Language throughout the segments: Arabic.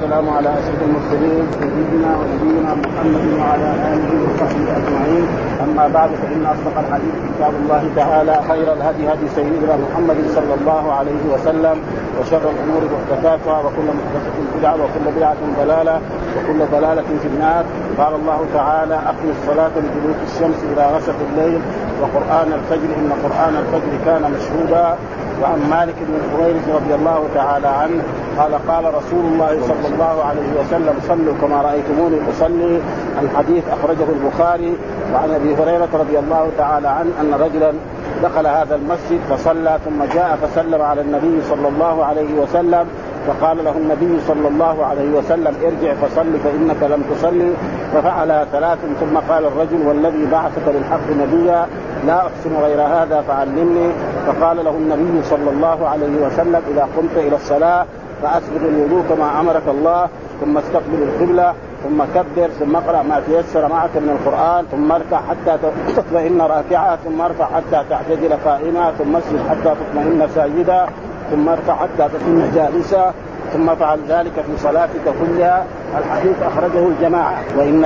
السلام على أشرف المرسلين سيدنا ونبينا محمد وعلى آله وصحبه أجمعين. أما بعد فإن أصدق الحديث كتاب الله تعالى، خير الهدي هدي سيدنا محمد صلى الله عليه وسلم، وشر الأمور محدثاتها، وكل محدثة بدعة، وكل بدعة ضلالة، وكل ضلالة في النار. قال الله تعالى: أقم الصلاة لدلوك الشمس إلى غسق الليل وقرآن الفجر إن قرآن الفجر كان مشهودا. وعن مالك بن الحويرث رضي الله تعالى عنه قال: قال رسول الله صلى الله عليه وسلم: صلوا كما رأيتموني أصلي. الحديث أخرجه البخاري. وعن أبي هريرة رضي الله تعالى عنه أن رجلا دخل هذا المسجد فصلى، ثم جاء فسلم على النبي صلى الله عليه وسلم، فقال له النبي صلى الله عليه وسلم: ارجع فصل فإنك لم تصلي. ففعلها ثلاث، ثم قال الرجل: والذي بعثك بالحق نبيا لا أحسن غير هذا فعلمني. فقال له النبي صلى الله عليه وسلم: إذا قمت إلى الصلاة فأسبغ الوضوء كما أمرك الله، ثم استقبل القبلة، ثم كبر، ثم اقرأ ما تيسر معك من القرآن، ثم اركع حتى تطمئن راكعا، ثم ارفع حتى تعتدل قائما، ثم اسجد حتى تطمئن ساجدا، ثم ارفع حتى تكون جالسا، ثم فعل ذلك في صلاتك كلها. الحديث أخرجه الجماعة. وإن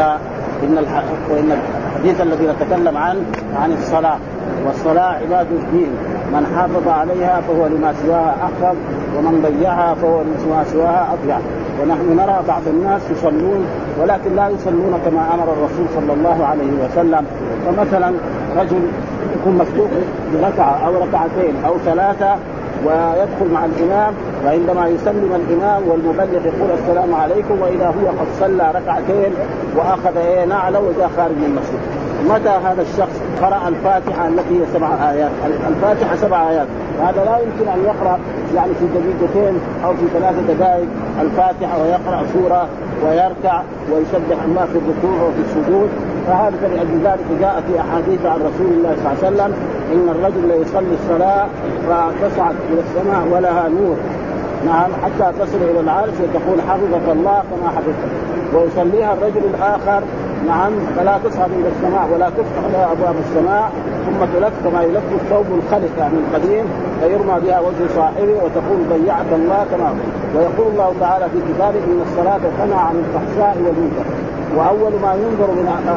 الحديث الذي نتكلم عنه عن الصلاة، والصلاة عباد الدين، من حافظ عليها فهو لما سواها أحفظ، ومن ضيعها فهو لما سواها أضيع. ونحن نرى بعض الناس يصلون ولكن لا يصلون كما أمر الرسول صلى الله عليه وسلم. فمثلا رجل يكون مفتوح بركعة أو ركعتين أو ثلاثة ويدخل مع الإمام، وعندما يسلم الإمام والمبلغ يقول: السلام عليكم، وإذا هو قد صلى ركعتين وأخذ نعله وجاء خارج من المسجد. متى هذا الشخص قرأ الفاتحة التي هي 7 آيات؟ الفاتحة 7 آيات، هذا لا يمكن أن يقرأ يعني في دقيقتين أو في 3 دقائق الفاتحة ويقرأ سورة ويركع ويسبح الله في الركوع وفي السجود. فهذا لأجل ذلك جاء في أحاديث عن رسول الله صلى الله عليه وسلم: إن الرجل ليصلي الصلاة فتصعد إلى السماء ولها نور، نعم، حتى تصل إلى العرش وتقول: حفظك الله كما حفظك. ويصليها الرجل الآخر، نعم، فلا تصعد إلى السماء ولا تفتح لها أبواب السماء، ثم تلف كما يلف الثوب الخلق يعني القديم، فيرمى بها وجه صاحبه وتقول: ضيعك الله كما. ويقول الله تعالى في كتابه: إن الصلاة تنهى عن الفحشاء والمنكر، وأول ما ينظر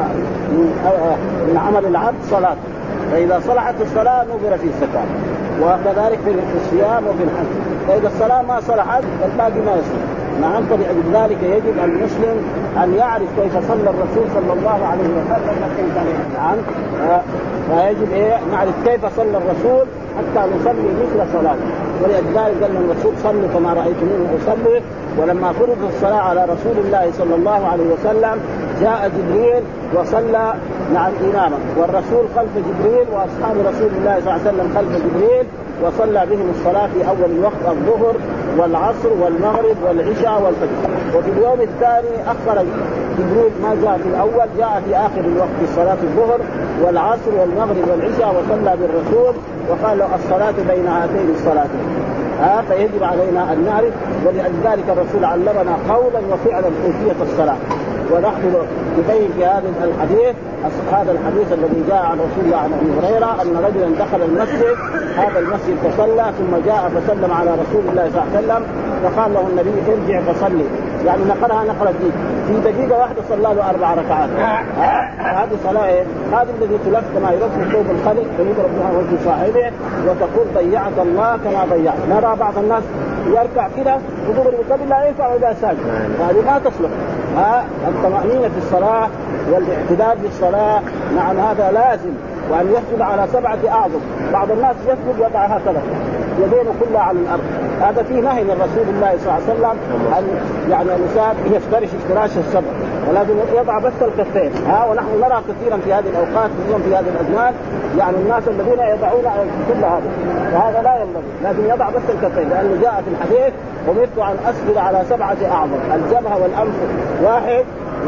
من عمل العبد صلاة، فإذا صلحت الصلاة نظر في الزكاة، وكذلك في الصيام وفي الحج. فإذا الصلاة ما صلحت الباقي ما يصلح. نعم، فلذلك يجب المسلم أن يعرف كيف صلى الرسول صلى الله عليه وسلم. نعم، فيجب نعرف كيف صلى الرسول حتى نصلي مثل صلاته. ولذلك قال الرسول: صلوا كما رأيتموني أصلي. ولما فرض الصلاة على رسول الله صلى الله عليه وسلم جاء جبريل وصلى إماما، والرسول خلف جبريل، وأصحاب رسول الله صلى الله عليه وسلم خلف جبريل، وصلى بهم الصلاة في أول الوقت الظهر والعصر والمغرب والعشاء والفجر. وفي اليوم الثاني أخر جبريل، ما جاء في الأول، جاء في آخر الوقت في صلاة الظهر والعصر والمغرب والعشاء، وصلى بالرسول وقال له: الصلاة بين هاتين الصلاتين. فيجب علينا أن نعرف. ولذلك الرسول علمنا قولا وفعلا كيفية الصلاة. ونحن نبين في هذا الحديث، هذا الحديث الذي جاء عن رسول الله عن أبي هريرة أن رجلا دخل المسجد، هذا المسجد، فصلى، ثم جاء فسلم على رسول الله صلى الله عليه وسلم، فقال له النبي: ارجع فصلي. يعني نقرها نقرة في دقيقة واحدة صلى له 4 ركعات. هذه صلاة هذه الذي تلف كما يلف ثوب الخلق، فيضرب بها وجه صاحبه وتقول: ضيعك الله كما ضيعك. نرى بعض الناس يركع كده وضرب قبل لا يرفع ولا ساجد، هذه ما تصلح. الطمأنينة في الصلاة والاعتدال في الصلاة، نعم، هذا لازم. وأن يسجد على 7 أعظم. بعض الناس يسجد وضع هكذا يدينه كلها على الأرض، هذا فيه نهي من رسول الله صلى الله عليه وسلم أن الإنسان يفترش افتراش السبع، ولازم يضع بس الكفين. ونحن نرى كثيرا في هذه الأوقات اليوم في هذه الأزمان، يعني الناس الذين يضعون كل هذا، وهذا لا ينبغي، لازم يضع بس الكفين، لأنه جاء في الحديث: أمرت أن أسجد على 7 أعظم، الجبهة والأنف 1،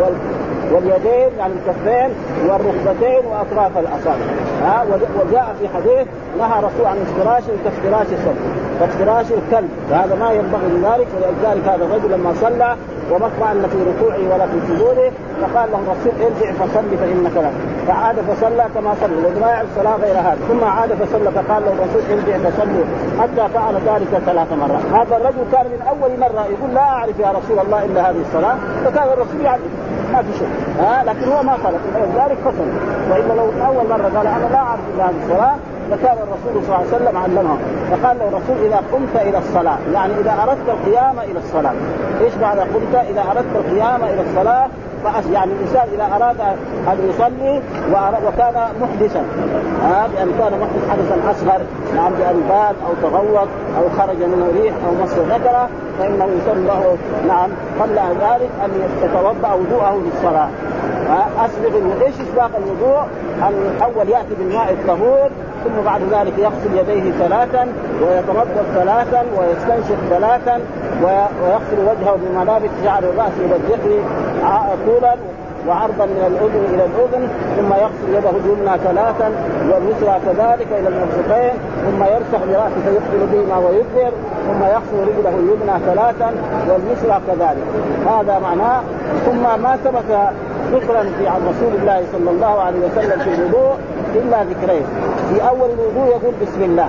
واليدين يعني الكفين والركبتين وأطراف الأصابع. وجاء في حديث نهى رسول عن افتراش كافتراش السبع، كافتراش الكلب، فهذا ما ينبغي لذلك. ولذلك هذا الرجل لما صلى وما اطمأن في ركوعه ولا في سجوده، فقال له الرسول: ارجع فصلي فإنك لم. فعاد فصلى كما صلى وما يعرف الصلاة غير هذا، ثم عاد فصلى فقال له الرسول ارجع فصلوا، حتى فعل ذلك 3 مرات. هذا الرجل كان من أول مرة يقول لا أعرف يا رسول الله إلا هذه الصلاة، فكان الرسول يعرف ما في شيء لكن هو ما صلى ذلك فصل. وإلا لو أول مرة قال أنا لا أعرف إلا هذه الصلاة فكان الرسول صلى الله عليه وسلم علمها. فقال له الرسول إذا قمت إلى الصلاة، يعني إذا أردت القيام إلى الصلاة. إيش معنى قمت؟ إذا أردت القيام إلى الصلاة يعني الإنسان إذا أراد أن يصلي وكان محدثا بأن كان محدث حدثا أصغر، نعم بأن بال أو تغوط أو خرج منه ريح أو مس ذكره، فإنه يصلي له نعم قبل ذلك أن يتوضأ وضوءه للصلاة. أسبغ إيش إسباغ الوضوء؟ الأول يأتي بالماء الطهور، ثم بعد ذلك يغسل يديه 3 ويتمضمض 3 ويستنشق 3 ويغسل وجهه بملابس شعر الرأس إلى الذقن طولا وعرضا من الأذن إلى الأذن، ثم يغسل يده اليمنى 3 واليسرى كذلك إلى المرفقين، ثم يرسح برأسه فيقبل بهما ويدبر، ثم يغسل رجله اليمنى 3 واليسرى كذلك. هذا معناه. ثم ما ثبت ذكرا في عن رسول الله صلى الله عليه وسلم في الوضوء إلا ذكرين. في أول الوضوء يقول بسم الله،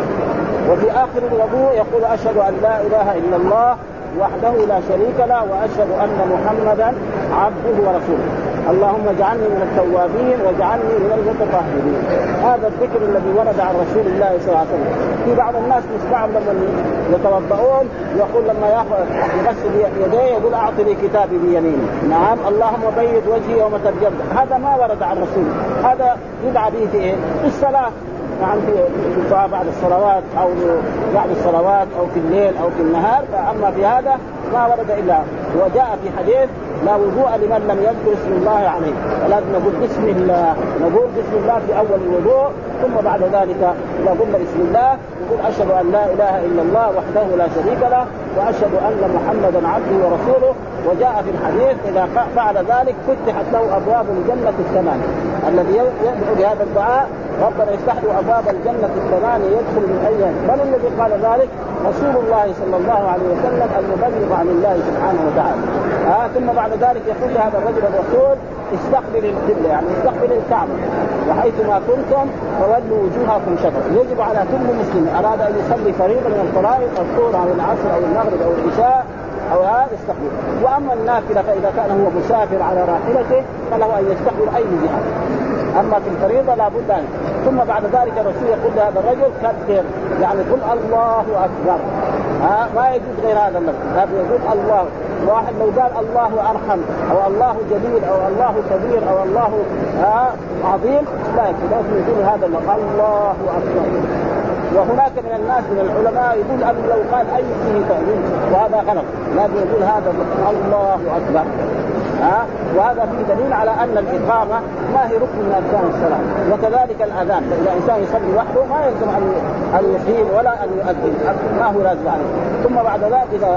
وفي آخر الوضوء يقول أشهد أن لا إله إلا الله وحده لا شريك له وأشهد أن محمدا عبده ورسوله، اللهم اجعلني من التوابين واجعلني من المتطهرين. هذا الذكر الذي ورد عن رسول الله صلى الله عليه وسلم. في بعض الناس نسمعهم لما يتوضؤون يقول لما يغسل يديه يقول أعطني كتابي بيميني، نعم اللهم بيض وجهي يوم تبيض. هذا ما ورد عن رسول، هذا يدعى به في إيه؟ في الصلاة، نعم في الدعاء بعد الصلوات أو بعد الصلوات أو في الليل أو في النهار. فأما في هذا ما ورد إلا وجاء في حديث لا وضوء لمن لم يذكر اسم الله عليه، ولازم نقول بسم الله، نقول بسم الله في أول الوضوء، ثم بعد ذلك إذا قلنا بسم الله نقول أشهد أن لا إله إلا الله وحده لا شريك له وأشهد أن محمدا عبده ورسوله. وجاء في الحديث إذا فعل ذلك فتحت له أبواب الجنة 8. الذي يدعو بهذا الدعاء ربنا يفتح له أبواب الجنة 8 يدخل من أي. من الذي قال ذلك؟ رسول الله صلى الله عليه وسلم المبلغ عن الله سبحانه وتعالى. ثم بعد ذلك يقول لهذا الرجل الرسول استقبل القبلة، يعني استقبل الكعبة، وحيثما كنتم فولوا وجوهكم شطرا. يجب على كل مسلم أراد أن يصلي فريضة من الفرائض الظهر أو العصر أو المغرب أو العشاء أو هذا يستقبل. وأما النافلة فإذا كان هو مسافر على راحلته فله أن يستقبل أي جهة، أما في الفريضة لا بد أن. ثم بعد ذلك الرسول يقول لهذا الرجل كبر، يعني قل الله أكبر، ما يجوز غير هذا اللفظ، لازم يقول الله. واحد لو قال الله أرحم أو الله جليل أو الله كبير أو الله عظيم لا يكفي، لازم يقول هذا اللفظ الله أكبر. وهناك من الناس من العلماء يقول أن لو قال أي شيء تأويل وهذا غلط، لازم يقول هذا الله أكبر. وهذا فيه دليل على أن الإقامة ما هي ركن من أركان الصلاة، وكذلك الأذان. فإذا إنسان يصلي وحده ما يلزم أن يقيم ولا أن يؤذن، ما هو لازم عليه. ثم بعد ذلك إذا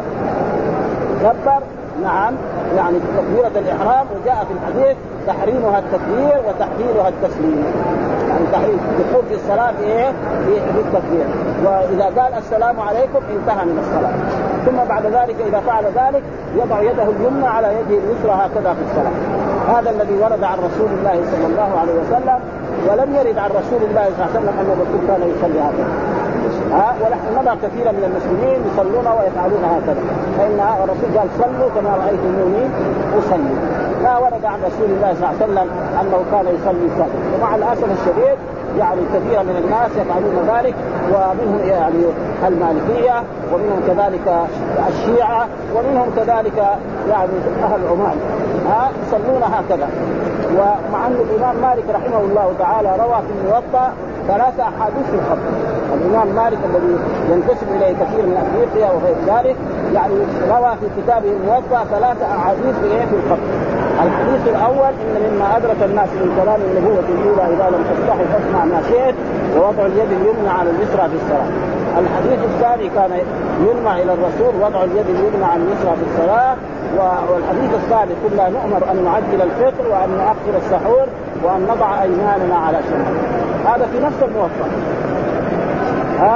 كبر نعم يعني تكبيرة الإحرام، وجاء في الحديث تحريمها التكبير وتحليلها التسليم، يعني تحريم دخول في الصلاة بالتكبير، وإذا قال السلام عليكم انتهى من الصلاة. ثم بعد ذلك إذا فعل ذلك يضع يده اليمنى على يده اليسرى هكذا في الصلاة. هذا الذي ورد عن رسول الله صلى الله عليه وسلم، ولم يرد عن رسول الله صلى الله عليه وسلم أن الرسول كان يصلي هكذا. ونحن نرى كثيرا من المسلمين يصلون ويفعلون هكذا، فإن الرسول قال صلوا كما رأيتموني أصلي. لا ورد عن رسول الله صلى الله عليه وسلم أنه كان يصلي صلاة. ومع الأسف الشديد يعني كثير من الناس يفعلون ذلك، ومنهم يعني المالكية، ومنهم كذلك الشيعة، ومنهم كذلك يعني أهل عمان يصلون هكذا. ومع أن الإمام مالك رحمه الله تعالى روى في الموطأ 3 أحاديث في الخط. الإمام مالك الذي ينتسب إليه كثير من أفريقيا وغير ذلك يعني روى في كتابه الموطأ 3 أحاديث في الخط. الحديث الأول إن مما أدرك الناس من كلام النبوة الأولى إذا لم تستحي فاسمع ما شئت، ووضع اليد اليمنى على اليسرى في الصلاة. الحديث الثاني كان ينمى إلى الرسول وضع اليد اليمنى على اليسرى في الصلاة. والحديث الثالث كنا نؤمر أن نعجل الفطر وأن نؤخر السحور وأن نضع أيماننا على شمال. هذا في نفس الموطأ.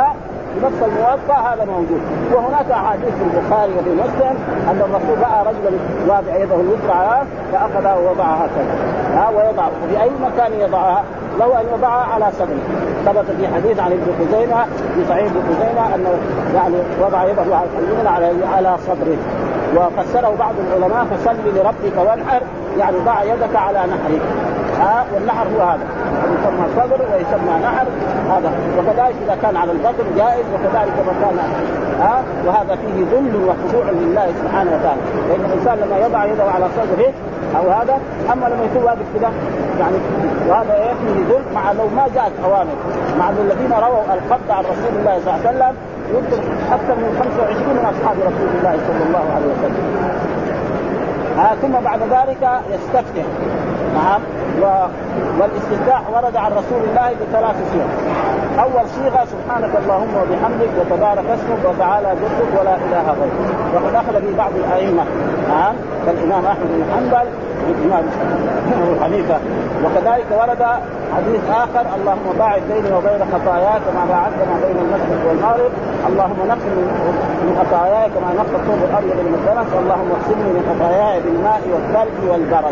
بنفس الموضع هذا موجود. وهناك أحاديث في البخاري وفي مسلم أن الرسول رأى رجلا واضع يده اليسرى فأخذها ووضعها هكذا ويضع في أي مكان يضعها له أن يضعها على صدره. ثبت في حديث عن ابن خزيمة في صحيح ابن خزيمة أنه يعني وضع يده اليمنى على صدره. وفسره بعض العلماء فصل لربك وانحر يعني ضع يدك على نحرك. والنحر هو هذا يسمى صدر ويسمى نحر هذا. وكذلك إذا كان على البطن جائز وكذلك مكان وهذا فيه ذل وخضوع لله سبحانه وتعالى. لأن الإنسان لما يضع يده على صدره أو هذا أما لما يكون واقف كده يعني وهذا فيه ذل مع لو ما جاءت أوامر مع الذين رووا القبض عن رسول الله صلى الله عليه وسلم يذكر أكثر من 25 من أصحاب رسول الله صلى الله عليه وسلم. ثم بعد ذلك يستفتح. نعم. والاستفتاح ورد عن رسول الله بثلاث صيغ. أول صيغة سبحانك اللهم وبحمدك وتبارك اسمك وتعالى جدك ولا إله غيرك. وقد أخذ به بعض الأئمة نعم كالإمام أحمد بن حنبل والإمام أبو حنيفة. وكذلك ورد حديث آخر اللهم باعد بيني وبين خطاياك كما باعدت ما بين المشرق والمغرب. اللهم نقل من خطاياي كما نقل الثوب الأبيض من الدنس. اللهم اغسلني من خطاياي بالماء والثلج والبرد.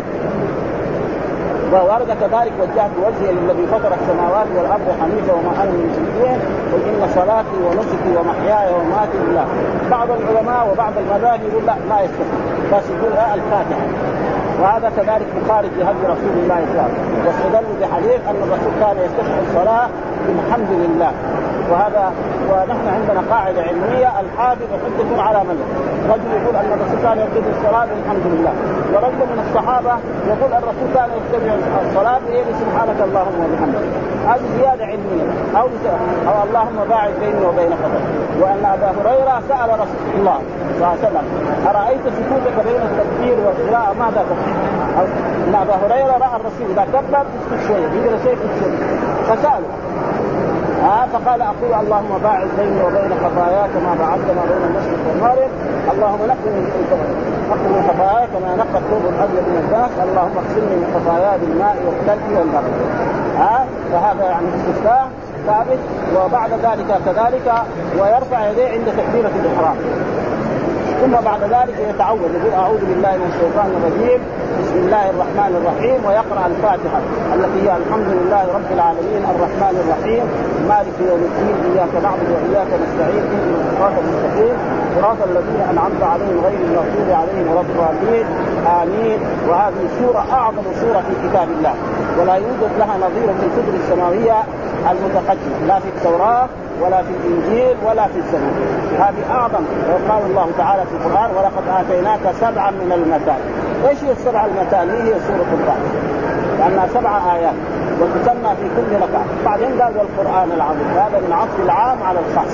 وورد كذلك وجهت وجهي للذي فطر السماوات والارض حنيفا وما انا من المشركين قل ان صلاتي ونسكي ومحياي ومماتي لله. بعض العلماء وبعض المذاهب يقول لا ما يستطيع بس يقول الفاتحه. وهذا كذلك مخالف لهدي رسول الله صلى الله عليه وسلم. واستدلوا بحديث ان الرسول كان يستفتح الصلاه بالحمد لله. وهذا ونحن عندنا قاعده علميه الحافظ حجة على من رجل يقول ان الرسول كان يبتدئ الصلاه بالحمد لله ورجل من الصحابه يقول الرسول كان يبتدئ الصلاه سبحانك اللهم وبحمدك. هذه زياده علميه او اللهم باعد بيني وبين خطاياي. وان ابا هريره سال رسول الله صلى الله عليه وسلم ارايت سكوتك بين التكبير والقراءه ماذا تفعل؟ ان ابا هريره راى الرسول اذا كبر يسكت شويه يقرا شيء في السنه فساله فقال أقول اللهم باعد بيني وبين خطاياك كما بعدت ما بين المشرق والمغرب. اللهم نقل من خطاياي كما نقى الثوب الأبيض من الدنس. اللهم اغسلني من خطاياي بالماء والثلج والبرد. فهذا يعني استفتاح ثابت. وبعد ذلك كذلك ويرفع يديه عند تكبيرة الإحرام. ثم بعد ذلك يتعوذ يقول أعوذ بالله من الشيطان الرجيم بسم الله الرحمن الرحيم ويقرأ الفاتحة التي هي الحمد لله رب العالمين الرحمن الرحيم مالك يوم الدين إياك نعبد وإياك نستعين اهدنا الصراط المستقيم صراط الذين أنعمت عليهم غير المغضوب عليهم ولا الضالين آمين. وهذه سورة أعظم سورة في كتاب الله ولا يوجد لها نظير في الكتب السماوية المتقدمة لا في التوراة ولا في الإنجيل ولا في الزبور. هذه أعظم. وقال الله تعالى في القرآن ولقد آتيناك 7 من المثاني. إيش هي ال7 المثاني؟ هي سورة الفاتحة لأنها 7 آيات وتسمى في كل ركعة. بعدين قال والقرآن العظيم هذا من عطف العام على الخاص.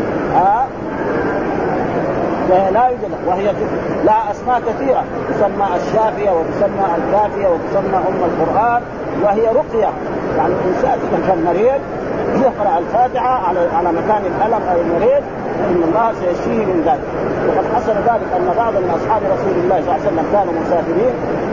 لا يوجد وهي لا أسماء كثيرة تسمى الشافية وتسمى الكافية وتسمى القرآن وهي رقية يعني الإنسان كان مريض يقرأ الفاتحة على مكان الألم أو المريض إن الله سيشفيه من ذلك. وقد حصل ذلك أن بعض من أصحاب رسول الله صلى الله عليه وسلم كانوا مسافرين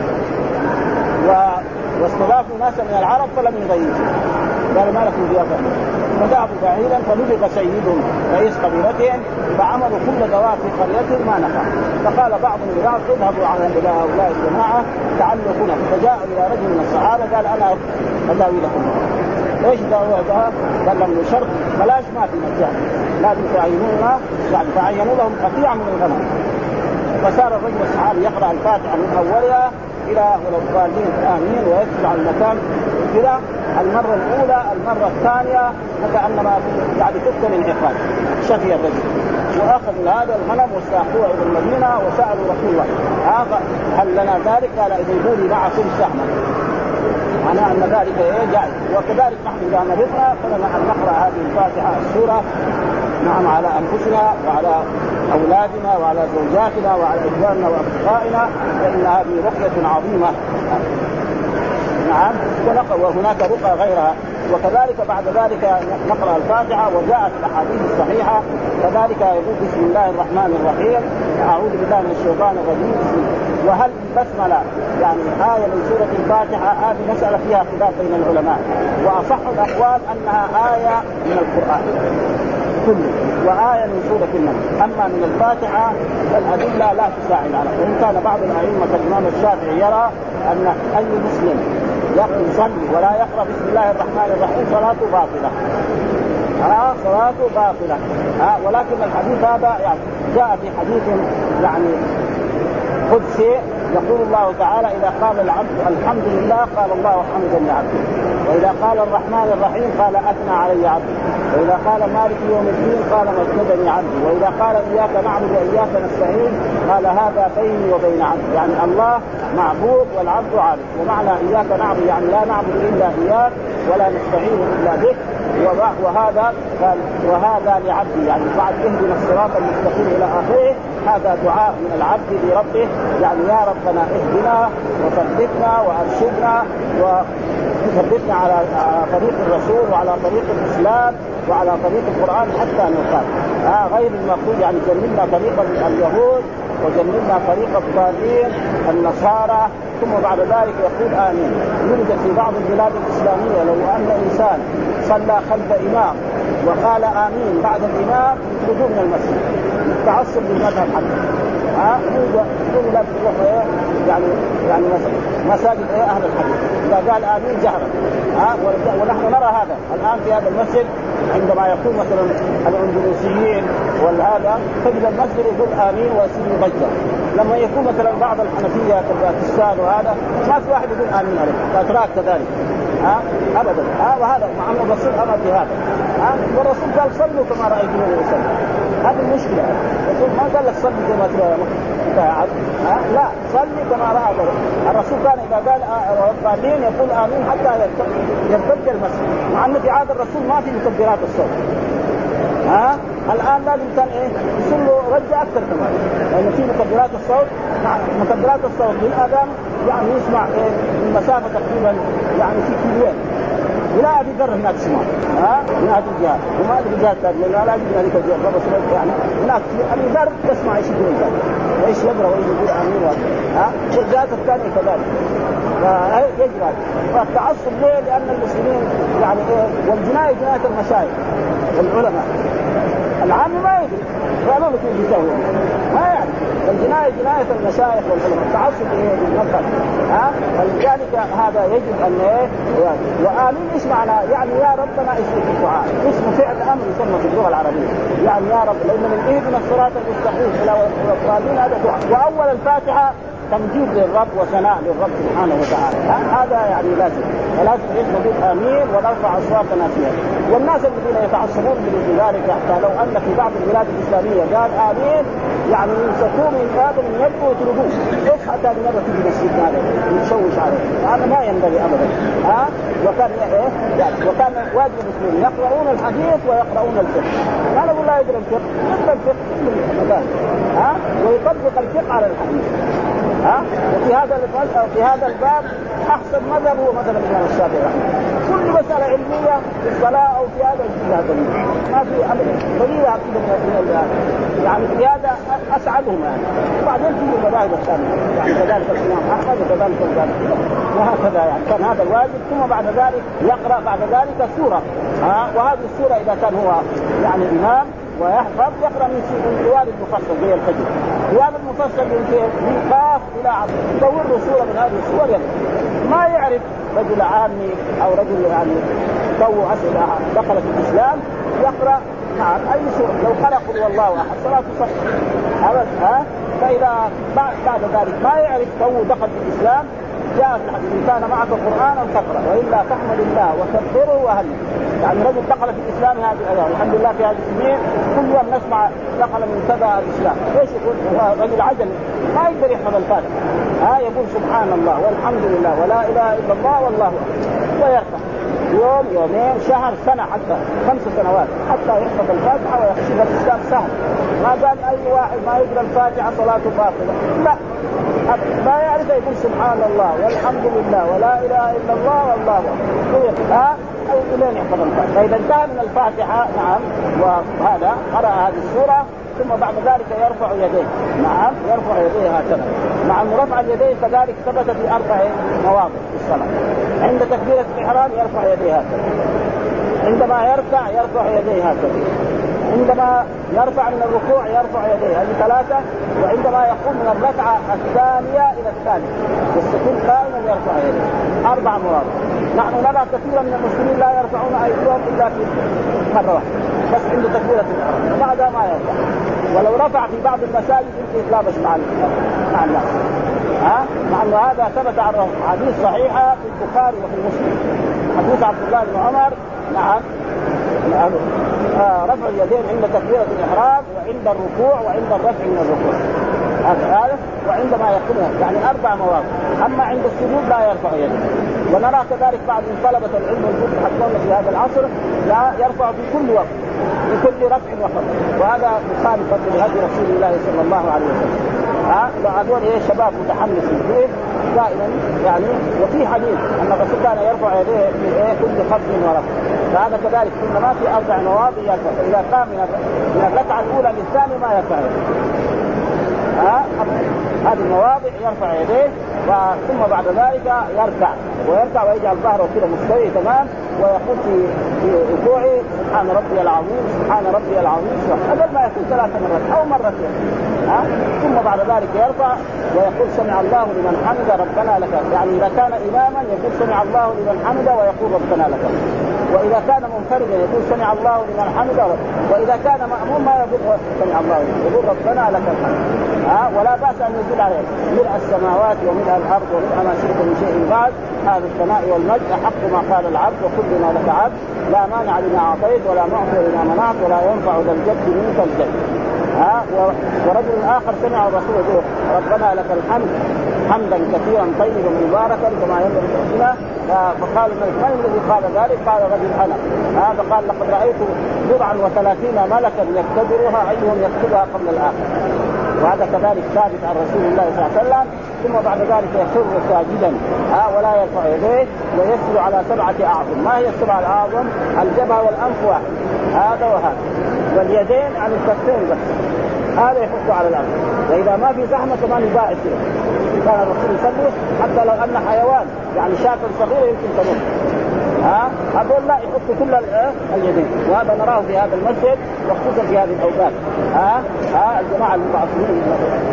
واستضافوا ناسا من العرب فلم يغيروا قالوا ما لكم ضيافة فذهبوا بعيدا فلبق سيدهم رئيس قبيلتهم فعملوا كل دواء في قريتهم ما نفع. فقال بعض من الناس اذهبوا إلى هؤلاء الجماعة تعلوا هنا. فجاء إلى رجل من الصحابة قال أنا أداوي لكم. ايش دعوتها؟ قال لهم شرط بلاش ما في مجال لازم تعينونا يعني تعينوا لهم قطيع من الغنم. فصار الرجل الصحابي يقرأ الفاتحة من أولها إلى والضالين آمين ويدخل على المكان كذا المرة الأولى المرة الثانية كأنما يعني تكتب العقاب. شفي الرجل وأخذ هذا الغنم واستأخذوه إلى المدينة وسألوا رسول الله هل لنا ذلك؟ قال اذهبوا لي معكم سهما معناه أن ذلك جائز. وكذلك نحن إذا مرضنا فلنا أن نقرأ هذه الفاتحة السورة نعم على أنفسنا وعلى أولادنا وعلى زوجاتنا وعلى إخواننا وأصدقائنا فإن هذه رقية عظيمة. نعم. وهناك رقى غيرها. وكذلك بعد ذلك نقرأ الفاتحة وجاءت الأحاديث الصحيحة كذلك يقول بسم الله الرحمن الرحيم أعوذ بالله من الشيطان الرجيم. وهل البسملة يعني آية من سورة الفاتحة؟ هذه مسألة فيها خلاف بين العلماء وأصح الأقوال أنها آية من القرآن كله وآية من سورة النمل. أما من الفاتحة فالأدلة لا تساعد على، وإن كان بعض الأئمة كالإمام الشافعي يرى أن أي مسلم يصلي ولا يقرأ بسم الله الرحمن الرحيم صلاته باطلة، صلاته باطلة. ولكن الحديث هذا يعني جاء في حديث يعني قدسي يقول الله تعالى إذا قال العبد الحمد لله قال الله حمدا لعبده، وإذا قال الرحمن الرحيم قال أثنى علي عبدي، وإذا قال مالك يوم الدين قال مجدني عبدي، وإذا قال إياك نعبد وإياك نستعين قال هذا بيني وبين عبدي. يعني الله معبود والعبد عابد. ومعنى إياك نعبد يعني لا نعبد إلا إياك ولا نستعين إلا بك، وهذا لعبدي يعني بعد اهدنا الصراط المستقيم إلى آخره. هذا دعاء من العبد لربه، يعني يا ربنا اهدنا وثبتنا وارشدنا وثبتنا على طريق الرسول وعلى طريق الإسلام وعلى طريق القرآن حتى نقال غير المغضوب، يعني جنبنا طريق اليهود وجنبنا طريق الضالين النصارى. ثم بعد ذلك يقول آمين. يوجد في بعض البلاد الإسلامية لو أن إنسان صلى خلف إمام وقال آمين بعد الإمام يخرجون من المسجد، تعصب للمذهب حتى. يقول لا تروح يعني مساجد أهل الحديث إذا قال آمين جهرا. ونحن نرى هذا الآن في هذا المسجد عندما يكون مثلا الأندلسيين والهذا تجد المسجد يقول آمين ويصير ضجة. لما يكون مثلا بعض الحنفية كالباكستان وهذا ما في واحد يقول آمين عليه، الأتراك كذلك أبدا. وهذا مع أن الرسول أمر بهذا. والرسول قال صلوا كما رأيتموني أصلي. هذه المشكلة، الرسول ما قال لك صلي زي ما تقعد لا صلي كما رأى الرسول. كان إذا قال الضالين يقول آمين حتى يرتد المسجد، مع أن في عهد الرسول ما في مكبرات الصوت. الآن لازم كان يصير له رجع أكثر كمان، لأن في مكبرات الصوت. مكبرات الصوت للأذان يعني يسمع المسافة تقريبا يعني 6 كيلوين. ولا أبي ذر هناك شمال من هذه الجهات وما أدري جهات ثانية لا أجد هذيك الجهات بس يعني هناك أبي ذر تسمع إيش يقول ذلك وإيش يقرأ وإيش يقول آمين والجهات الثانية كذلك يجرى. فالتعصب ليه؟ لأن المسلمين يعني والجناية جناية المشايخ والعلماء. العام ما يدري فعلا في الجزاوة ما يعني الجناية جناية المشايخ والعلماء. التعصب بالمذهب فلذلك هذا يجب أن وآمين إيش معنى؟ يعني يا ربنا اسم الدعاء، اسم فعل أمر يسمى في اللغة العربية. يعني يا رب لأن من اهدنا الصراط المستقيم إلى والصالحين هذا دعاء. وأول الفاتحة تمجيد للرب وثناء للرب سبحانه وتعالى. هذا يعني لازم فلازم نقول آمين ونرفع أصواتنا فيها. والناس الذين يتعصبون من ذلك حتى لو أن في بعض البلاد الإسلامية قال آمين يعني يمسكوه من باب من يده ويطردوه. إيش حتى بمرة تجي مسجد هذا يتشوش عليه؟ هذا ما ينبغي أبدا. وكان واجب المسلمين يقرؤون الحديث ويقرؤون الفقه. لا نقول لا يدري الفقه، يقرأ الفقه من المكان ويطبق الفقه على الحديث. وفي هذا الباب أحسن مذهب هو مذهب الإمام الشافعي. كل مسألة علمية في الصلاة أو في هذا الجزء ما في أبدا دليل يعني في هذا أسعدهم يعني. وبعدين في المذاهب الثانية يعني كذلك الإمام أحمد وكذلك الجامع وهكذا يعني كان هذا الواجب. ثم بعد ذلك يقرأ بعد ذلك سورة وهذه السورة إذا كان هو يعني إمام ويحفظ يقرأ من طوال المفصل زي الفجر. طوال المفصل من قاف إلى عصر يدور له سورة من هذه السور ما يعرف رجل عامي أو رجل يعني تو أسئلة دخل في الإسلام يقرأ نعم أي سورة. لو قرأ قل والله أحد صلاة صح أبدا. فإذا بعد ذلك ما يعرف تو دخل في الإسلام جاء في الحديث إن كان معك قرآن فاقرأ وإلا فاحمد الله وكبره وهلل. يعني رجل دخل في الإسلام هذه الأيام الحمد لله في هذه السنين كل يوم نسمع دخل من كذا الإسلام. ايش يقول؟ رجل عجل ما يقدر يحفظ الفاتحة يقول سبحان الله والحمد لله ولا إله إلا الله والله أكبر ويرفع يوم يومين شهر سنة حتى 5 سنوات حتى يحفظ الفاتحة ويحفظ الإسلام سهل. ما قال أي واحد ما يقرأ الفاتحة صلاته باطلة لا ما يعرف يقول سبحان الله والحمد لله ولا إله إلا الله والله أكبر أو إلين يحفظ الفاتحة. فإذا انتهى من الفاتحة نعم وهذا قرأ هذه السورة ثم بعد ذلك يرفع يديه. نعم يرفع يديه هكذا. مع أن رفع اليدين كذلك ثبت في 4 مواضع في الصلاة. عند تكبيرة الإحرام يرفع يديه هكذا، عندما يركع يرفع يديه هكذا، عندما يرفع من الركوع يرفع يديه هذه 3، وعندما يقوم من الركعة الثانية إلى الثالثة يستقيم قائما يرفع يديه 4 مواضع. نحن نرى كثيرا من المسلمين لا يرفعون أيديهم إلا في مرة واحدة بس عنده تكبيرة الإحرام وبعدها ما يرفع، ولو رفع في بعض المساجد يمكن يتلابس مع الناس مع أن هذا ثبت عن حديث صحيحة في البخاري وفي مسلم، حديث عبد الله بن عمر نعم رفع اليدين عند تكبيرة الإحرام وعند الركوع وعند الرفع من الركوع هذا وعندما يقوم يعني 4 مواضع. أما عند السجود لا يرفع يديه. ونرى كذلك بعض من طلبة العلم والجد حتى في هذا العصر لا يرفع في كل وقت بكل رفع وخفض، وهذا مخالف لهدي رسول الله صلى الله عليه وسلم. هذول شباب متحمسين فيه دائما يعني. وفي حديث أن الرسول كان يرفع يديه في كل خفض ورفع، فهذا كذلك كل ما في 4 مواضع يرفع. إذا قام من الركعة الأولى للثانية ما يرفع يديه هذه المواضع يرفع يديه، ثم بعد ذلك يركع ويجعل ظهره كده مستوي تمام، ويقول في ركوعه سبحان ربي العظيم سبحان ربي العظيم هذا ما يقول 3 مرات أو مرتين ثم بعد ذلك يرفع ويقول سمع الله لمن حمد ربنا لك. يعني إذا كان إماما يقول سمع الله لمن حمد ويقول ربنا لك، وإذا كان منفردا يقول سمع الله لمن حمد، وإذا كان مأموم ما يقول سمع الله يقول ربنا لك الحمد. ولا بأس أن يزيد عليه ملء السماوات وملء الأرض وملء ما شئت من شيء بعد هذا الثناء والمجد أحق ما قال العبد وكلنا لك عبد لا مانع لما أعطيت ولا معطي لما منعت ولا ينفع ذا الجد منك الجد. ورجل آخر سمع الرسول يقول ربنا لك الحمد حمدا كثيرا طيبا مباركا كما ينبغي لربنا. فقال الملك من الذي قال ذلك؟ قال رجل أنا. هذا قال لقد رأيت 37 ملكا يكتبرها أيهم يكتبها قبل الآخر. وهذا كذلك ثابت عن رسول الله صلى الله عليه وسلم. ثم بعد ذلك يخر ساجدا ولا يرفع يديه ويسجد على 7 أعظم. ما هي ال7 الأعظم؟ الجبهة والأنف واحد هذا وهذا، واليدين عن الكفين بس هذا يحط على الأرض. وإذا ما في زحمة كمان يباعد كده. كان الرسول يصلي حتى لو أن حيوان يعني شاة صغيرة يمكن تموت أقول لا يحط كل اليدين. وهذا نراه في هذا المسجد وخصوصا في هذه الأوقات الجماعة المتعصبين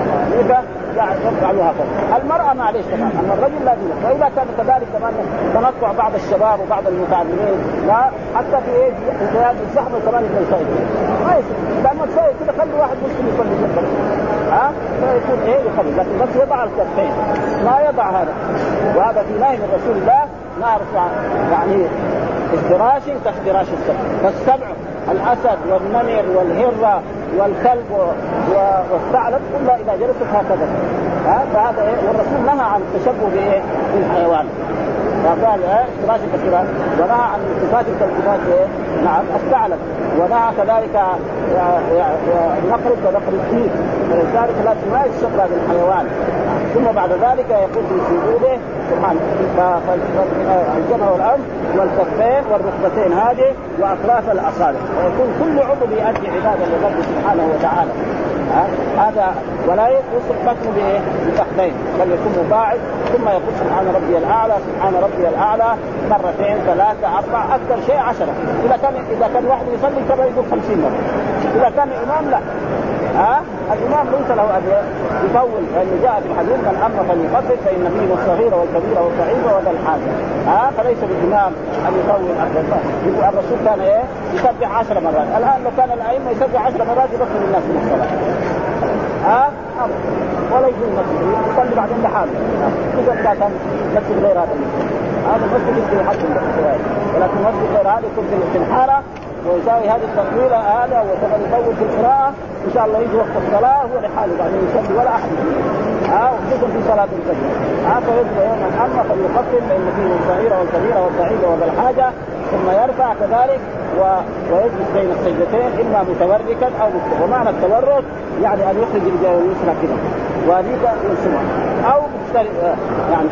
يفعلوا هكذا. المرأة معليش كمان، أما الرجل لا دين. وإذا كان كذلك كمان تنطع بعض الشباب وبعض المتعلمين لا حتى في هذه الزحمة كمان يصير ما يصير. لما تصير كده خلي واحد مسلم يصلي جنبك فيكون يخلي، لكن بس يضع الكفين لا يضع هذا. وهذا في نهي من رسول الله نعرف يعني افتراش كافتراش السبع. فالسبع الأسد والنمر والهرة والكلب والثعلب كلها إذا جلست هكذا فهذا والرسول نهى عن التشبه بالحيوان فقال افتراش كافتراش، ونهى عن التفات كالتفات نعم الثعلب، ونهى كذلك النقر كنقر الديك، فلذلك لا يشبه هذا الحيوان. ثم بعد ذلك يقول في سجوده سبحان الجبهة والأنف والكفين والركبتين هذه وأطراف الأصابع، ويكون كل عضو يؤدي عبادة لربه سبحانه وتعالى هذا. ولا يوصل بطنه بفخذين بل يكون مباعد. ثم يقول سبحان ربي الأعلى سبحان ربي الأعلى 2 3 4 أكثر شيء 10. إذا كان واحد يصلي كما يقول 50 مرة. إذا كان إمام لا الإمام ليس له أن يطول، لأنه جاء في الحديث من أمر فليقصر فإن فيه الصغير والكبير والضعيف وذا الحاجة فليس بالإمام أن يطول أكثر. يقول الرسول كان يسبح 10 مرات. الآن لو كان الأئمة يسبح 10 مرات يبطل الناس من الصلاة ولا يجوز المسجد يصلي بعدين لحاله. إذا كان مسجد غير هذا المسجد يمكن يحصل ولكن مسجد غير هذا يكون في الحارة ويساوي هذه التطويلة هذا ويطول في القراءة إن شاء الله يجي وقت الصلاة هو لحاله بعدين يصلي ولا أحد وخصوصا في صلاة الفجر فيجب يوم الأمر فليقسم بين فيه الصغير والكبير والضعيف وذا الحاجة ثم يرفع كذلك ويجلس بين السجدتين إما متوركا أو مفترض. ومعنى التورك يعني أن يخرج الجهة اليسرى كده وذيك ينسمع أو مفترض يعني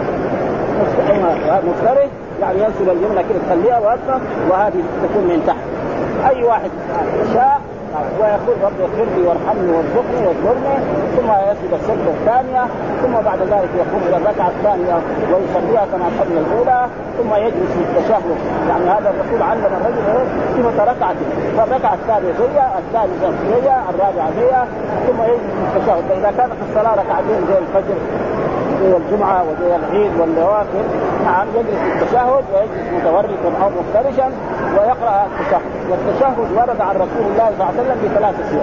مفترض يعني ينسل الجملة كده تخليها وأكثر وهذه تكون من تحت. أي واحد شاء ويقول رب اغفر لي وارحمني وارزقني واجبرني، ثم يسجد السجدة الثانية، ثم بعد ذلك يقوم إلى الركعة الثانية ويصليها كما صلى الأولى، ثم يجلس في التشهد. يعني هذا الرسول علم الرجل صفة ركعته، فالركعة الثانية زيها، الثالثة زيها، الرابعة زيها، ثم يجلس في التشهد. فإذا كانت الصلاة ركعتين زي الفجر زي الجمعة وزي العيد والنوافل، نعم يجلس في التشهد ويجلس متوركا أو مفترشا ويقرأ التشهد. والتشهد ورد عن رسول الله صلى الله عليه وسلم بثلاث صيغ.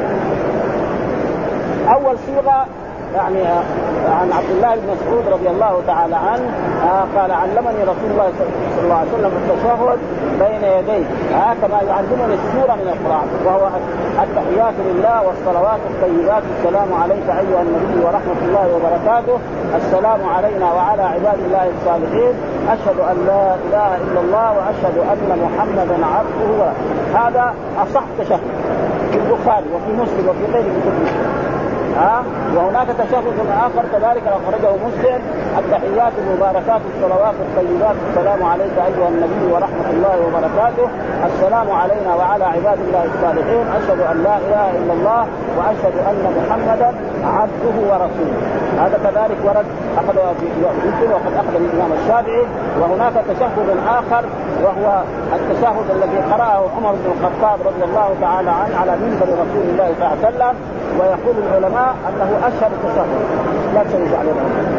أول صيغة يعني عن عبد الله بن مسعود رضي الله تعالى عنه قال علمني رسول الله صلى الله عليه وسلم التشهد بين يديه كما يعلمني السورة من القرآن، وهو التحيات لله والصلوات الطيبات، السلام عليك أيها النبي ورحمة الله وبركاته، السلام علينا وعلى عباد الله الصالحين، أشهد أن لا إله إلا الله وأشهد أن محمدا عبده. هذا أصح تشهد في البخاري وفي مسلم وفي غيره من كتب. وهناك تشهد آخر كذلك أخرجه مسلم، التحيات المباركات الصلوات الطيبات، السلام عليك أيها النبي ورحمة الله وبركاته، السلام علينا وعلى عباد الله الصالحين، أشهد أن لا إله إلا الله وأشهد أن محمدا عبده ورسوله. هذا كذلك ورد أخذه في مسلم وقد أخذ الإمام الشافعي. وهناك تشهد آخر وهو التشهد الذي قرأه عمر بن الخطاب رضي الله تعالى عنه على منبر رسول الله صلى الله عليه وسلم، ويقول العلماء أنه أشهر التشهد لا تشهد عليه.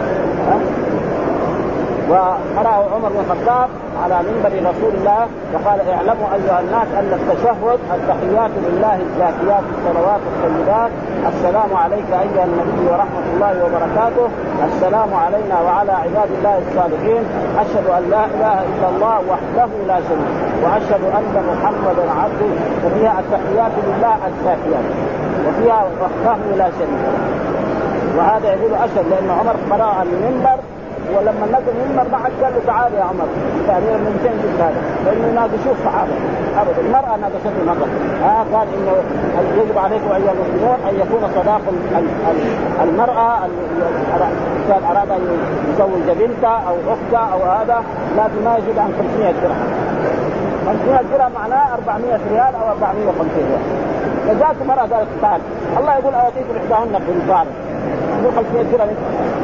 وقرأه عمر بن الخطاب على منبر رسول الله وقال اعلموا أيها الناس أن التشهد التحيات لله الزاكيات الصلوات الطيبات، السلام عليك أيها النبي ورحمة الله وبركاته، السلام علينا وعلى عباد الله الصالحين، أشهد أن لا إله إلا الله وحده لا شريك وأشهد أن محمدا عبده. وفيها التحيات لله الزاكيات وفيها وحده لا شريك. وهذا يقول أشهد لأن عمر قرأ على المنبر، ولما نزل المنبر ما حد قال له تعال يا عمر تقريبا من فين جبت هذا؟ لأنه ناقشوه الصحابة أبدا، المرأة ناقشته المرأة. قال إنه يجب عليكم أيها المسلمون أن يكون صداق المرأة كان أراد أن يزوج بنته أو أخته أو هذا لازم ما يزيد عن 500 درهم. 500 درهم معناه 400 ريال أو 450 ريال. فجاءت مرأة قالت تعال الله يقول أعطيكم إحداهن قنطار، يقول 500 درهم.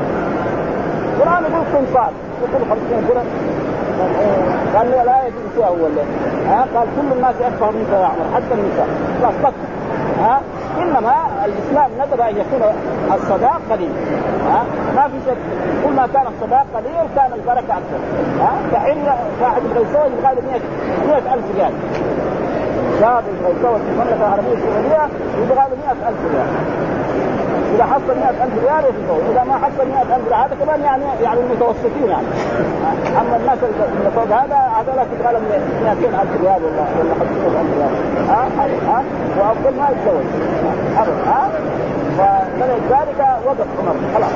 القرآن يقول قنطار، يقول 500 درهم. قال له لا يجوز فيها أول. قال كل الناس أكثر منك يا عمر حتى النساء. خلاص بس. إنما الإسلام ندب أن يكون الصداق قليل. ما في شك، كل ما كان الصداق قليل كان البركة أكثر. فحين واحد يسوي يقال 100,000 ريال. شاب يسوي في المملكة العربية السعودية يبغى له 100,000 ريال. إذا حصل 100,000 ريال يتزوج، إذا ما حصل 100,000 ريال هذا كمان يعني المتوسطين يعني. أما الناس اللي فوق هذا لا تبغى لهم 200,000 ريال ولا 500,000 ريال. وأفضل ما يتزوج أبدا. فلذلك وقف عمر خلاص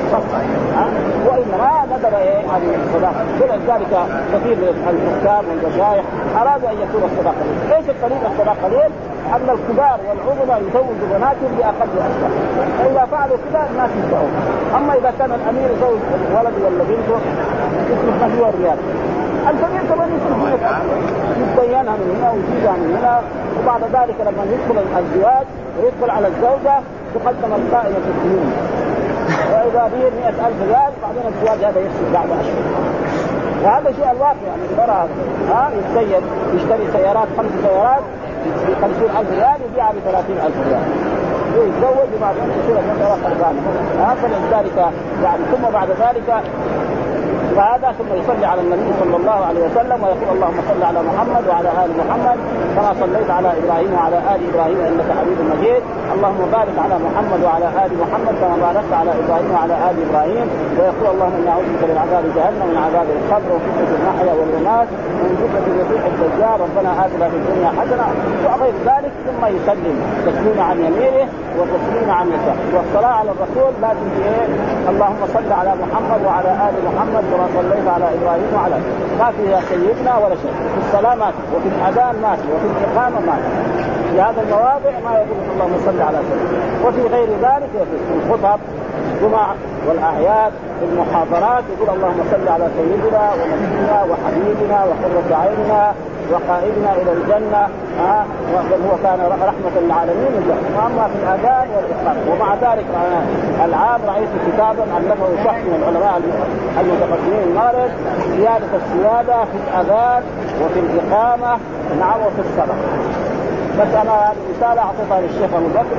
وإنما ندر عن الصداقة. ولذلك كثير من الحكام والمشايخ أرادوا أن يكون الصداقة قليل. إيش القليل الصداقة قليل؟ أن الكبار والعظماء يزوجوا بناتهم بأقل أشهر، فإذا فعلوا كذا الناس يتبعون. أما إذا كان الأمير يزوج ولد ولا بنته يصرف مليون ريال، الكبير كمان يصرف يبينها من هنا ويجيبها من هنا. وبعد ذلك لما يدخل الزواج ويدخل على الزوجة تقدم القائمة في الديون، وإذا بيه 100,000 ريال بعدين الزواج هذا يفسد بعد أشهر. وهذا شيء الواقع يعني المرأة يتسيد يشتري سيارات 5 سيارات ب 50,000 ريال يبيعها ب 30,000 ريال، يتزوج وبعدين يصير المسألة خربانة. فلذلك يعني ثم بعد ذلك وهذا ثم يصلي على النبي صلى الله عليه وسلم ويقول اللهم صل على محمد وعلى آل محمد كما صليت على إبراهيم وعلى آل إبراهيم إنك حميد مجيد، اللهم بارك على محمد وعلى آل محمد كما باركت على إبراهيم وعلى آل إبراهيم. ويقول اللهم إنا أعوذ بك من عذاب جهنم ومن عذاب القبر وفتنة المحيا والممات ومن فتنة المسيح الدجال، ربنا آتنا في الدنيا حسنة وغير ذلك. ثم يسلم تسليما عن يمينه وتسليما عن يساره. والصلاة على الرسول لازم اللهم صل على محمد وعلى آل محمد كما صليت على إبراهيم وعلى ما فيها سيدنا ولا شيء. في الصلاة مات وفي الأذان مات وفي الإقامة مات. في هذا المواضع ما يقول اللهم صل على سيدنا. وفي غير ذلك في الخطب الجمعة والأعياد في المحاضرات يقول اللهم صل على سيدنا ونبينا وحبيبنا وقرة عيننا وقائدنا إلى الجنة بل هو كان رحمة للعالمين. وأما في الأذان والإقامة. ومع ذلك العام رأيت كتابا علمه شخص من العلماء المتقدمين المارد زيادة السيادة في الأذان وفي الإقامة نعم وفي الصلاة. بس أنا رسالة أعطيتها للشيخ أبو بكر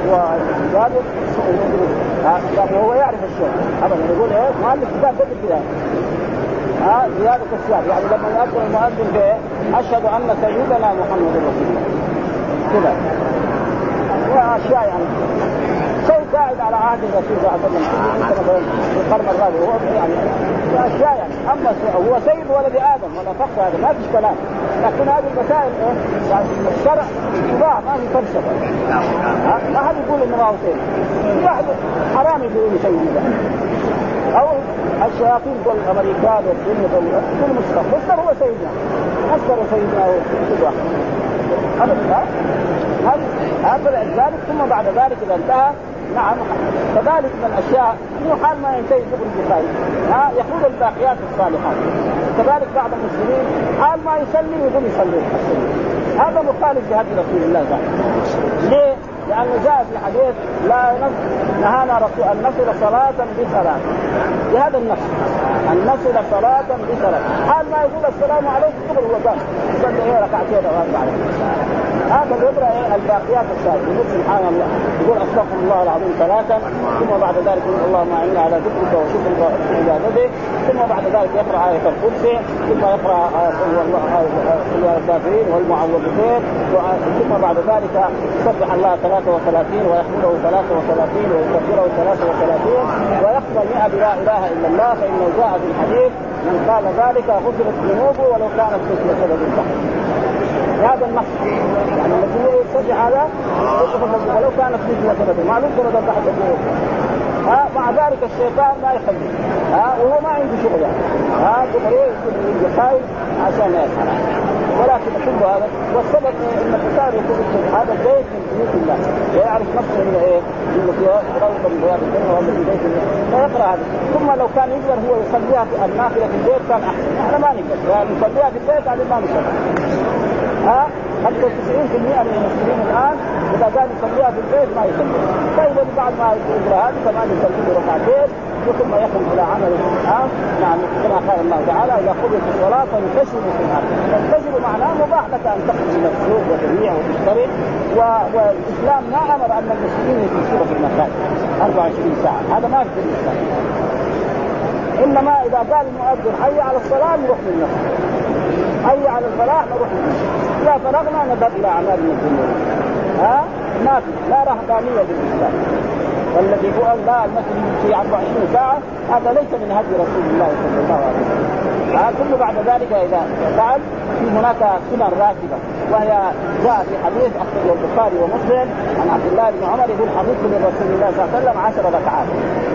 وهو يعرف الشيخ أبدا يقول إيه مؤلف كتاب قبل كده زيادة السيادة يعني لما يأذن المؤذن به أشهد أن سيدنا محمد رسول الله كده وأشياء يعني شيء قاعد على عهد الرسول صلى الله عليه وسلم في القرن الرابع وهو يعني أشياء يعني أما هو سيد ولد آدم ولا فخر هذا ما فيش كلام. لكن هذه المسائل يعني الشرع اتباع ما في فلسفة ما حد يقول إنه ما هو سيد. واحد حرام يقول سيد أو الشياطين كل الأمريكان والدنيا كل مستر هو سيدنا مستر سيدنا هذا ذلك. ثم بعد ذلك إذا انتهى نعم كذلك من الأشياء إنه حال ما ينتهي ذكر البخاري يقول الباقيات الصالحات. كذلك بعض المسلمين حال ما يسلم يقوم يصلي هذا مخالف بهدي رسول الله صلى الله عليه وسلم. ليه؟ لأنه جاء في الحديث لا نهانا رسول أن نصل صلاة بصلاة بهذا النص أن نصل صلاة بصلاة حال ما يقول السلام عليكم قبل هو قال يصلي ركعتين أو أربع هذا يقرأ الباقيات الصالحات يقول سبحان الله يقول أستغفر الله العظيم ثلاثا ثم بعد ذلك يقول اللهم أعني على ذكرك وشكرك وحسن عبادتك ثم بعد ذلك يقرأ آية الكرسي ثم يقرأ الكافرين والمعوذتين ثم بعد ذلك يسبح الله 33 ويحمده 33 ويكبره 33 ويقبل 100 بلا إله إلا الله فإنه جاء في الحديث من قال ذلك غفرت ذنوبه ولو كانت مثل سبب البحر. هذا النص يعني الذي يسبح هذا ولو كانت مثل سبب معلوم سبب البحر مع ذلك الشيطان ما يخليه وهو ما عنده شغل يجي خايف عشان يسهر. ولكن كل هذا والسبب ان الانسان يكون هذا بيت من بيوت الله ويعرف نفسه من ايه من روضه من رياض الجنه ولا في بيت الله فيقرا هذا. ثم لو كان يقدر هو يصليها في النافله في البيت كان احسن. احنا ما نقدر يعني نصليها في البيت على ما نصلي حتى 90% من المسلمين الان اذا كان يصليها في البيت ما يصلي. فاذا بعد ما يقرا هذا كمان يصلي ركعتين ثم يخرج الى عمله نعم كما قال الله تعالى اذا قضيت الصلاه فانتشروا في الارض. ينتشروا معناه مباح لك ان تخرج الى السوق وتبيع وتشتري والاسلام ما امر ان المسلمين يجلسوا في المكان 24 ساعه هذا ما في الاسلام. انما اذا قال المؤذن حي على الصلاه نروح للنفس حي على الفلاح نروح للنفس اذا فرغنا نذهب الى اعمالنا الدنيا ما في لا رهبانيه بالاسلام. والذي هو لا المسجد في 24 ساعة هذا ليس من هدي رسول الله صلى الله عليه وسلم. كل بعد ذلك إذا فعل في هناك سنن راتبة وهي جاء في حديث أخرجه البخاري ومسلم عن عبد الله بن عمر يقول حفظت من رسول الله صلى الله عليه وسلم 10 ركعات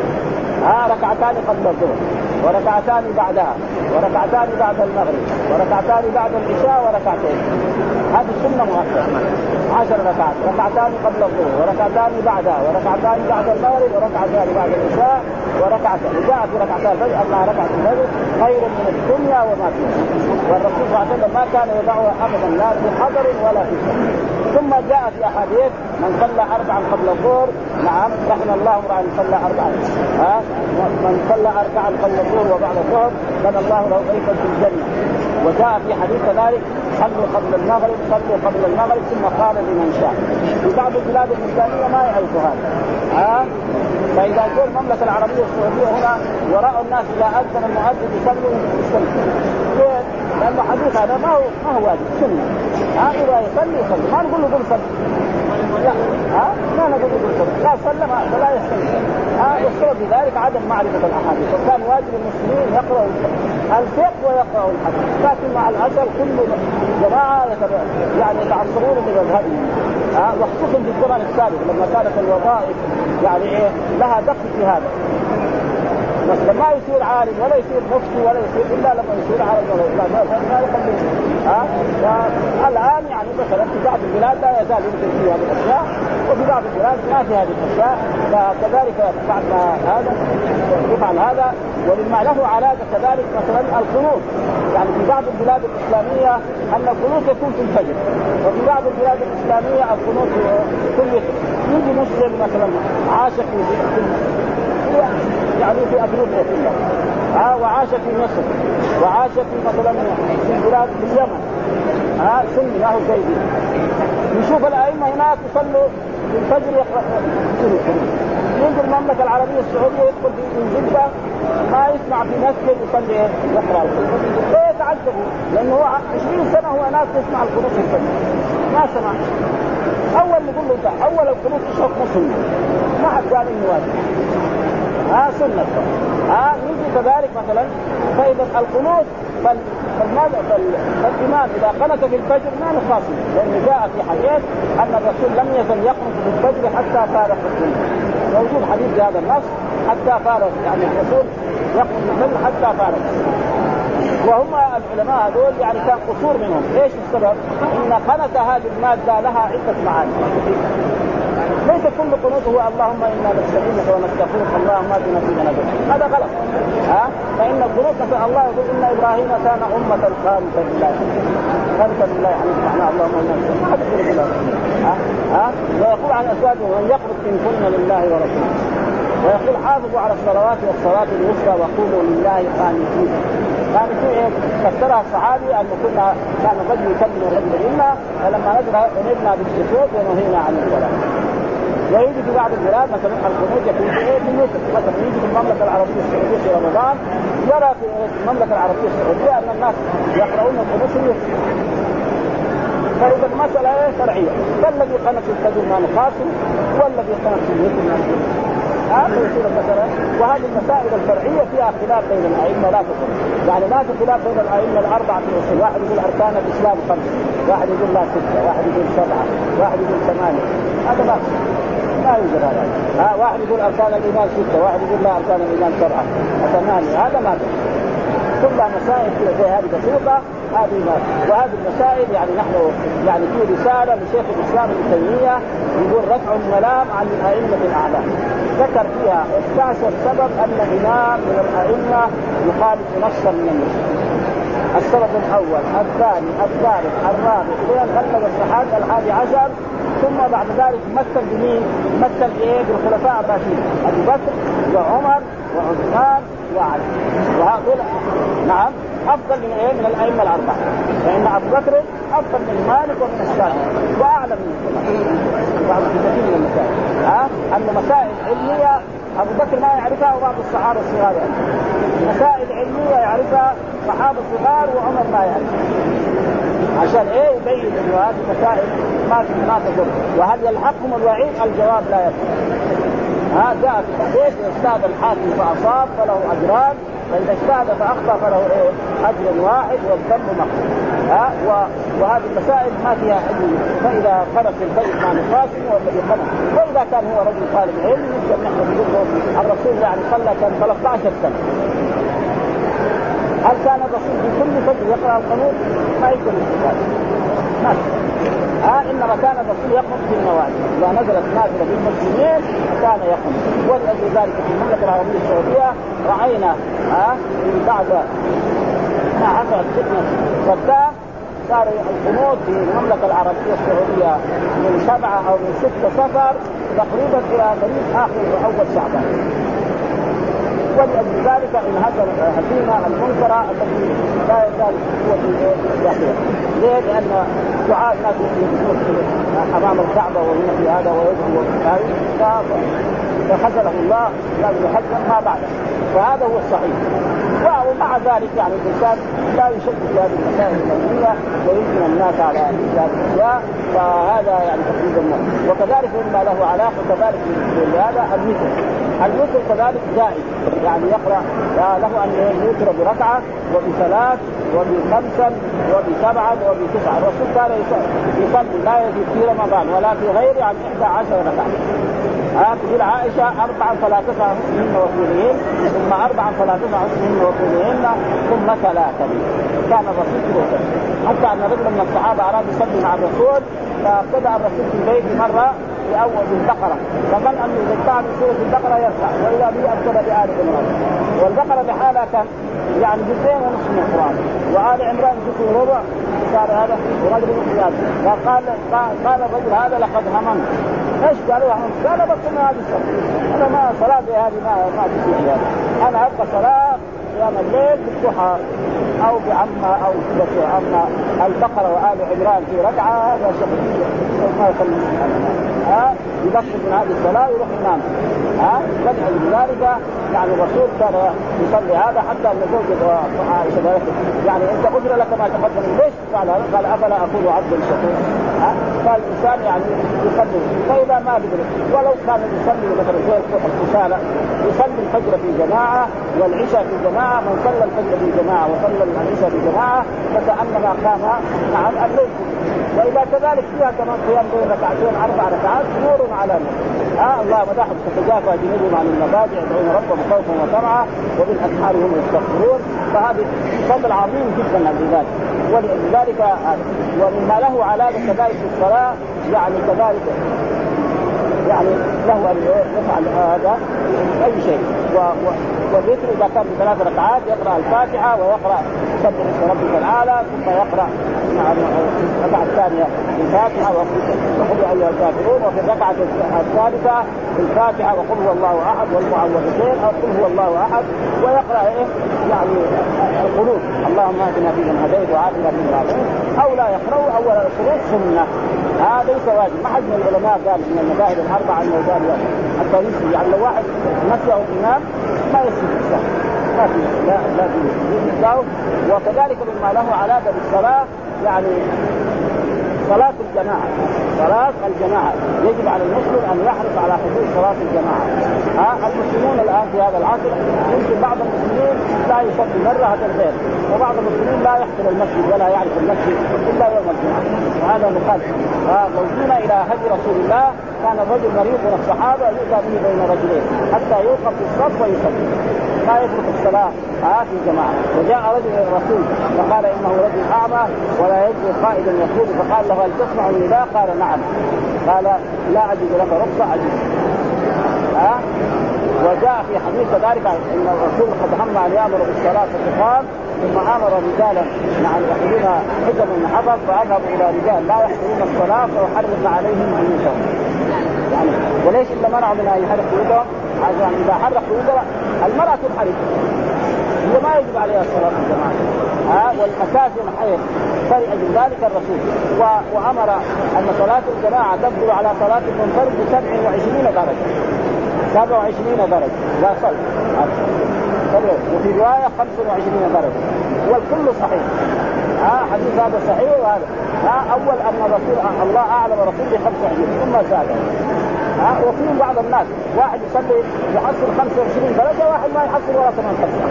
ركعتان قبل الظهر وركعتان بعدها وركعتان بعد المغرب وركعتان بعد العشاء وركعتين. هذه السنة مؤكدة 10 ركعات ركعتان قبل الظهر وركعتان بعدها وركعتان بعد المغرب وركعتان بعد العشاء وركعتان. وجاء في ركعتان الفجر أنها ركعة الفجر خير من الدنيا وما فيها. والرسول صلى الله عليه وسلم ما كان يضعها أبدا لا في حضر ولا في سفر. ثم جاء في أحاديث من صلى 4 قبل الظهر نعم رحم الله امرأ صلى 4 من صلى 4 قبل الظهر وبعد الظهر بنى الله له بيتا في الجنة. وجاء في حديث ذلك صلوا قبل المغرب صلوا قبل المغرب ثم قال لمن شاء. في بعض البلاد الإسلامية ما يعرف هذا فإذا جاء المملكة العربية السعودية هنا ورأوا الناس إذا أذن المؤذن يصلوا ليه؟ لأنه حديث هذا ما هو واجب سنة إذا يصلي ما نقول له قل صلي لا ما نقول له قل صلي لا سلم فلا يصلي والسبب بذلك عدم معرفة الأحاديث. وكان واجب المسلمين يقرأوا الفقه ويقرأوا الحديث لكن مع الأسف كل جماعة يعني يتعصبون بمذهبهم وخصوصا في الزمن السابق لما كانت الوظائف يعني إيه لها دخل في هذا. مثلا ما يصير عالم ولا يصير مفتي ولا يصير إلا لما يصير عالم ولا الآن يعني مثلا في بعض البلاد لا يزال يمكن في هذه الأشياء وفي بعض البلاد ما في هذه الأشياء. فكذلك بعد هذا يفعل هذا ولما له علاقه كذلك مثلا القنوت، يعني في بعض البلاد الاسلاميه ان القنوت يكون في الفجر، وفي بعض البلاد الاسلاميه القنوت كل يجي مسلم مثلا عاش في يعني في افريقيا كلها، وعاش في مصر، وعاش في مثلا في بلاد في اليمن، سني له زي دي، نشوف الائمه هناك يصلوا في الفجر يقرأ ينزل المملكة العربية السعودية يدخل في جدة ما يسمع في مسجد يصلي يقرأ القرآن. ليه يتعجبوا؟ لأنه هو 20 سنة هو ناس يسمع القنوت في الفجر ما سمع. أول نقول له ده أول القنوت يشرب سنة، ما حد قال إنه واجب، سنة. يجي كذلك مثلا فإذا القنوت فالإمام إذا قنت في الفجر ما نخاصم، لأنه جاء في حديث أن الرسول لم يزل يقنت في الفجر حتى فارق الدنيا، موجود حديث بهذا النص حتى فارق، يعني الرسول يقنت في الفجر حتى فارق. وهم العلماء هذول يعني كان قصور منهم. ايش السبب؟ ان قنت هذه المادة لها عدة معاني، ليس كل قنوت هو اللهم انا نستعينك ونستغفرك اللهم اهدنا فيمن هديت، هذا غلط. فان القنوت مثلا الله يقول ان ابراهيم كان امة قانتا لله، قانتا لله يعني معناه اللهم انا نستعينك، ما حد يقول كذا. ويقول عن ازواجه من يقنط من كن لله ورسوله، ويقول حافظوا على الصلوات والصلاة الوسطى وقولوا لله قانتين. قانتين فسرها الصحابي ان كان الرجل يكلم الرجل منا، فلما نزل امرنا بالسكوت ونهينا عن الصلاة. ويجي في بعض البلاد مثلا القنوت يكون في مصر، مثلا يجي في المملكة العربية السعودية في رمضان، يرى في المملكة العربية السعودية ان الناس يقرؤون القنوت في مصر. فإذا المسألة شرعية، فالذي قنت في الفجر ما نقاسم، والذي قنت في المصر ما نقاسم. هذا يصير مثلا. وهذه المسائل الفرعية فيها خلاف بين الأئمة لا تكون، يعني ما في خلاف بين الأئمة الأربعة في الأصول، واحد يقول أركان الإسلام 5، واحد يقول لا 6، واحد يقول 7، واحد يقول 8، هذا ما يوجد هذا. واحد يقول أركان الإيمان 6، واحد يقول لا أركان الإيمان 7 و8، هذا ما في. كلها مسائل زي هذه بسيطة هذه. وهذه المسائل يعني نحن يعني في رسالة لشيخ الإسلام ابن تيمية يقول رفع الملام عن الأئمة الأعلام، ذكر فيها 11 سبب أن الإمام من الأئمة يخالف نصا من النصوص. السبب الأول، الثاني، الثالث، الرابع، غلب الصحابة 11، ثم بعد ذلك مثل بمين؟ مثل بالخلفاء الراشدين أبي بكر وعمر وعثمان وعلي، وهؤلاء نعم أفضل من الأئمة الأربعة، فإن أبو بكر أفضل من مالك ومن الشافعي وأعلم من بعض كثير من المسائل. أن مسائل علمية أبو بكر ما يعرفها وبعض الصحابة الصغار يعرفها، مسائل علمية يعرفها صحابة صغار وعمر ما يعرفها، عشان يبين إنه هذه مسائل ما تضر. وهل يلحقهم الوعيد؟ الجواب لا يلحق. جاء في الحديث اجتهد الحاكم فأصاب فله أجران، فإذا اجتهد فأخطأ فله أجر واحد والذنب مغفور. وهذه المسائل ما فيها علم، فإذا خرج البيت مع نقاسم والذي خرج. وإذا كان هو رجل طالب علم يمكن نحن نقول له الرسول يعني صلى كان 13 سنة، هل كان الرسول في كل فجر يقرأ القنوت؟ ما يكون استفادة، إنما كان الرسول يقنط في النوازل، إذا نزلت نازلة في المسلمين كان يقنط. ولأجل ذلك في المملكة العربية السعودية رأينا بعد ما حصلت فتنة صدام صار القنوت في المملكة العربية السعودية من 7 أو من 6 صفر تقريبا إلى تاريخ آخر وأول شعبان. ولأجل ذلك انهزم الهزيمة المنكرة التي لا يزال قوة الداخلية. ليه؟ لأن دعاء الناس يجلسون أمام الكعبة وهنا في هذا ويدعو فخذله الله لم يحزن ما بعده، وهذا هو الصحيح. ومع ذلك يعني الإنسان لا يشد في هذه المسائل الأمنية ويمكن الناس على إيجاد الأشياء، فهذا يعني تقريب الناس. وكذلك مما له علاقة كذلك بهذا الوتر كذلك جائز، يعني يقرأ له أن يوتر بركعة وب3 وب5 وب7 وب9. الرسول كان يصلي لا يزيد في رمضان ولا في غيره عن 11 ركعة. تقول عائشة 4 فلا تسع حسنهن وطولهن، ثم 4 فلا تسع حسنهن وطولهن، ثم 3. كان الرسول كذا. حتى أن رجل من الصحابة أراد يصلي مع الرسول، فابتدأ الرسول في البيت مرة لأول البقرة، فمن أن يقطع من سورة البقرة يرفع، وإذا به أبتدى بآل عمران. والبقرة بحالها كان يعني جزئين ونصف من القرآن، وآل عمران جزء ربع، صار هذا ورجل قياد. قال الرجل هذا لقد همم. ايش قالوا هم؟ قال بطلنا هذه الصلاة، أنا ما صلاة هذه ما تسوي، أنا أبقى صلاة قيام الليل بالضحى أو بعمة أو بعمة البقرة وآل عمران في ركعة، هذا شيء ما يصلي يبصر من هذه الصلاة يروح ينام. بدعا بذلك يعني الرسول كان يصلي هذا حتى أن زوجة عائشة يعني أنت غفر لك ما تقدم. ليش قال هذا؟ قال أفلا أكون عبدا شكورا. قال الإنسان يعني يصلي، فإذا ما قدر ولو كان يصلي مثلا زي الرسالة يصلي الفجر في جماعة والعشاء في جماعة، من صلى الفجر في جماعة وصلى العشاء في جماعة فكأنما قام الليل. وإذا كذلك فيها كمان قيام بين ركعتين 4 ركعات نور على نور. الله مدحهم تتجافى جنوبهم عن المضاجع يدعون ربهم خوفا وطمعا وبالأسحار هم يستغفرون. فهذه فضل عظيم جدا لذلك. ولذلك ومما له علاقة كذلك في الصلاة يعني كذلك يعني له أن يفعل هذا أي شيء. والذكر إذا كان ب3 ركعات يقرأ الفاتحة ويقرأ سبح اسم ربك الأعلى، ثم يقرأ الركعة الثانية الفاتحة وقل يا أيها الكافرون، وفي الركعة الثالثة الفاتحة وقل هو الله أحد والمعوذتين أو قل هو الله أحد، ويقرأ يعني القنوت اللهم اهدنا فيمن هديت وعافنا فيمن عافيت، أو لا يقرأ أول القنوت سنة. هذا ليس واجب. ما حد من العلماء قال من المذاهب الأربعة أنه قال حتى يسجد، يعني لو واحد نسيه الإمام ما يسجد الصلاة، ما في لا يسجد. وكذلك مما له علاقة بالصلاة يعني صلاة الجماعة. صلاة الجماعة يجب على المسلم أن يحرص على حضور صلاة الجماعة. المسلمون الآن في هذا العصر يمكن بعض المسلمين لا يصلي مرة غير، وبعض المسلمين لا يحضر المسجد ولا يعرف المسجد إلا يوم الجمعة، وهذا مخالف. موجودين إلى هدي رسول الله، كان الرجل مريض من الصحابة يؤتى به بين رجلين حتى يوقف في الصف ويصلي، ما يترك الصلاة في الجماعة. وجاء رجل إلى الرسول فقال إنه رجل أعمى ولا يجد قائدا يقول، فقال له هل تسمع النداء؟ قال نعم. قال لا أجد لك رخصة أجد. وجاء في حديث ذلك ان الرسول قد هم ان يامر بالصلاه فتقام، ثم امر رجالا يحملون حجم من حطب فاذهبوا الى رجال لا يحضرون الصلاه فيحرق عليهم بيوتهم. يعني وليش الا منعوا من ان يحرق بيوتهم؟ عشان اذا حرق بيوتهم المراه تنحرق، هي ما يجب عليها الصلاه في الجماعه. والمساجد حيث فلأجل ذلك الرسول وامر ان صلاه الجماعه تبدو على صلاه المنفرد ب27 درجه، 27 درجة لا صل. وفي رواية 25 درجة، والكل صحيح. حديث هذا صحيح. وهذا أول أن الرسول الله أعلم رسول ب25 ثم زاد. وفي بعض الناس واحد يصلي يحصل 25 درجة، واحد ما يحصل ولا 18.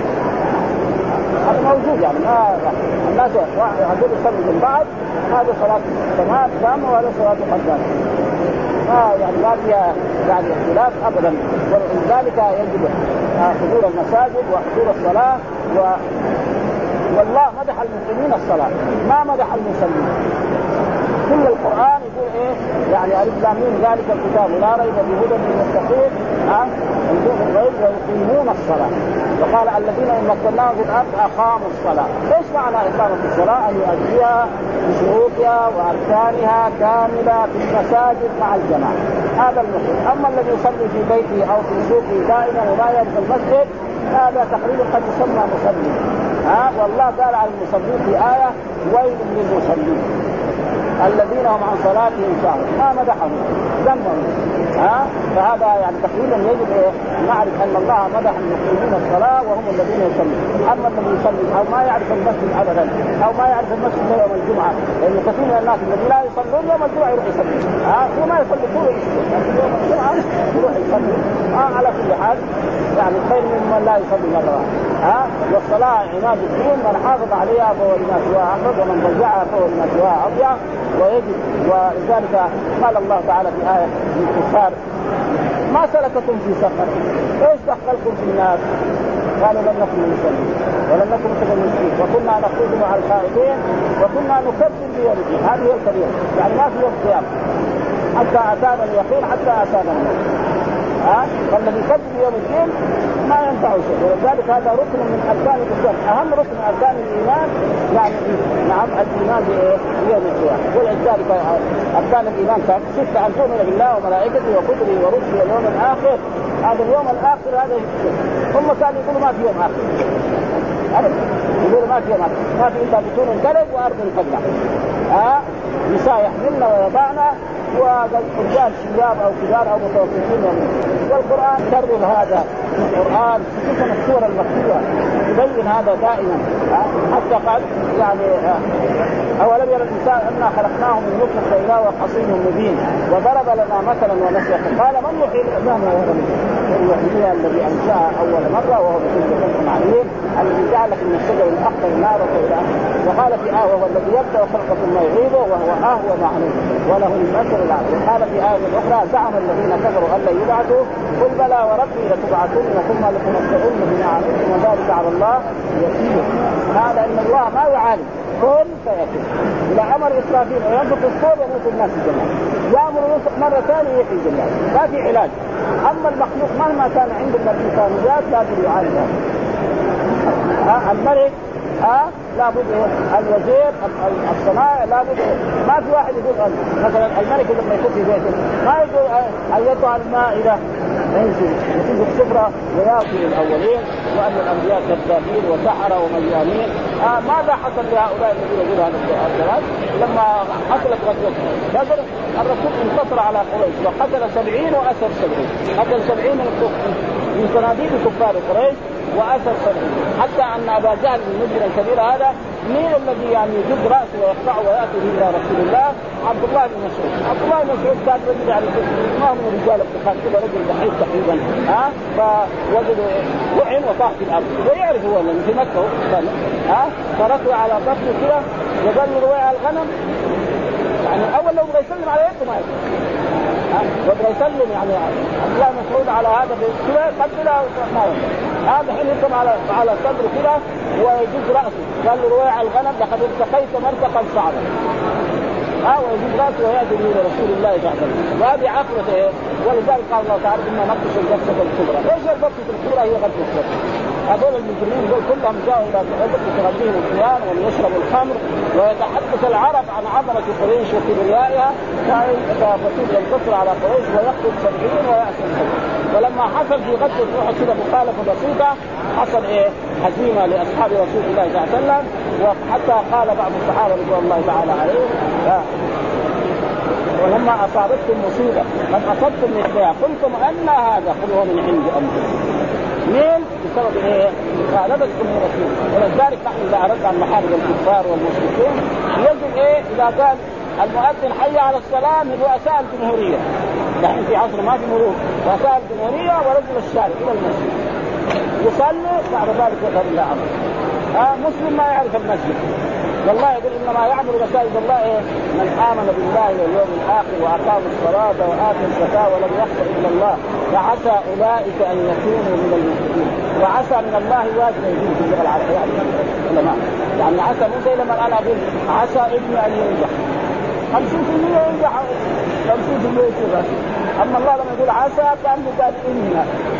هذا موجود يعني الناس هذول يصلي من بعض، هذا صلاة تامة وهذا صلاة قدام. يعني ما فيها يعني اختلاف ابدا. ولذلك يجب حضور المساجد وحضور الصلاه والله مدح المسلمين الصلاه ما مدح المصلين. كل القران يقول ايه يعني الف لام ميم ذلك الكتاب لا ريب فيه هدى للمتقين يؤمنون بالغيب ويقيمون الصلاه. وقال الذين ان مكناهم في الارض اقاموا الصلاه. ايش معنى اقامه الصلاه؟ ان يؤديها بشروطها واركانها كامله في المساجد مع الجماعه. هذا المسلم. اما الذي يصلي في بيته او في سوقه دائما ولا يدخل المسجد هذا تقريبا قد يسمى مصلي. والله قال على المصلين في آية ويل للمصلين الذين هم عن صلاتهم ساهون، ما مدحهم ذمهم. فهذا يعني تقريبا يجب نعرف ان الله مدح المسلمين الصلاه وهم الذين يصلون. اما الذي يصلي او ما يعرف المسجد ابدا او ما يعرف المسجد يوم الجمعه، لان كثير من الناس الذين لا يصلون يوم الجمعه يروح يصلي، هو ما يصلي طول يوم الجمعه يروح يصلي. على كل حال يعني خير ممن لا يصلي مره. والصلاه عماد الدين، من حافظ عليها فهو لما سواها احفظ، ومن ضيعها فهو لما سواها اضيع. ويجب ولذلك قال الله تعالى في آية للكفار ما سلككم في سقر؟ ايش دخلكم في النار؟ قالوا لم نكن نصلي ولم نكن نطعم المسكين وكنا نخوض مع الخائضين وكنا نكذب بيوم الدين. هذه هي الكبيرة، يعني ما في يوم القيامة. حتى أتانا اليقين حتى أتانا الموت. فالذي يكذب يوم الدين ما ينفع شيء. ولذلك هذا ركن من أركان الإسلام، أهم ركن من أركان الإيمان يعني نعم الإيمان بيوم القيامة. ولذلك أركان الإيمان ستة: أن تؤمن بالله وملائكته وكتبه ورسله واليوم الآخر. هذا اليوم الآخر هذا هم كانوا يقولوا ما في يوم آخر أبدا، يقولوا ما في يوم آخر، ما في إلا بطون كلب وأرض تبلع. نساء يحملن ويضعن ورجال شباب أو كبار أو متوسطين. والقرآن كرر هذا القرآن خصوصا السورة المكية يبين هذا دائما. حتى قال يعني أولم يرى الإنسان أنا خلقناه من نطفة فإذا هو خصيم مبين وضرب لنا مثلا ونسي. قال من يحيي العظام وهي رميم؟ يحييها الذي أنشأها أول مرة وهو بكل خلق عليم الذي جعل من الشجر الأخضر نارا إلى. وقال في وهو الذي يبدأ خلقه ثم يعيده وهو أهون عليه وله المثل الأعلى. قال في آية أخرى زعم الذين كفروا أن لا يبعثوا قل بلى وربي لتبعثن ثم لتنبؤن بما عملتم وذلك على الله يسير. هذا إن الله ما يعالج كن فيكون. إذا أمر إسرافيل وينفخ الصور يموت الناس جميعا، يأمر ينفخ مرة ثانية يحيي جميعا، ما في علاج. أما المخلوق مهما كان عنده من الإمكانيات لازم يعالجها. الملك لابد الوزير الصناعي لابد. ما في واحد يقول مثلا الملك لما يكون في بيته ما يقول أن يضع المائدة ينزل يجيب السفرة ويأكل الأولين وأن الأنبياء كذابين وسحرة ومجانين. ماذا حصل لهؤلاء الذين يقولوا هذا الكلام؟ لما حصلت غزوة بدر الرسول انتصر على قريش وقتل 70 وأسر 70، قتل 70 من صناديد كفار قريش وأسر 70. حتى أن أبا جهل المجرم الكبير هذا مين الذي يعني يجد رأسه ويقطعه ويأتي إلى رسول الله؟ عبد الله بن مسعود. عبد الله بن مسعود كان رجل يعني ما هو رجال ابتخار كذا، رجل ضعيف تقريبا. فوجد وعن وطاح في الأرض ويعرف هو من في مكة فركوا على ضفه كذا وقال له روي على الغنم. يعني أول لو بغى يسلم على يده ما يقدر وبغى يسلم يعني عبد الله بن مسعود على هذا كذا قبله ما يقدر. هذا حين يركب على صدره كذا ويجوز رأسه. قال له روي على الغنم لقد ارتقيت مرتقا صعبا. ويجوز رأسه ويأتي إلى رسول الله صلى الله عليه وسلم. وهذه عقلته. ولذلك قال الله تعالى إنا نبطش البطشة الكبرى. ايش البطشة الكبرى؟ هي غزوة بدر. هذول المجرمين دول كلهم جاءوا الى غزوة تغذيهم الصيام ويشربوا الخمر ويتحدث العرب عن عظمة قريش وكبريائها. فالرسول ينتصر على قريش ويقتل 70 ويأسر 70. ولما حصل في غزوة أحد كده مخالفة بسيطة حصل هزيمة لأصحاب رسول الله صلى الله عليه وسلم. وحتى قال بعض الصحابة رضي الله تعالى عليهم ولما أصابتكم مصيبة قد أصبتم مثلها قلتم أن هذا قل هو من عند أنفسكم. مين؟ بسبب مخالفتكم للرسول. ولذلك نحن إذا أردنا عن محارب الكفار والمشركين يجب إذا قال المؤذن حي على الصلاة من رؤساء الجمهورية. نحن في عصر ما في ملوك، رؤساء الجمهورية ورجل الشارع إلى المسجد يصلي بعد ذلك يذهب إلى عمل. مسلم ما يعرف المسجد. والله يقول إنما يعمل مساجد الله من آمن بالله واليوم الآخر وأقام الصلاة وآتى الزكاة ولم يخش إلا الله فعسى أولئك أن يكونوا من المسلمين. وعسى من الله واجب يجوز في اللغة العربية يعني عسى مو زي لما أنا أقول عسى ابني أن ينجح 50% ينجح 50% يصير. أما الله لما يقول عسى كأنه قال إننا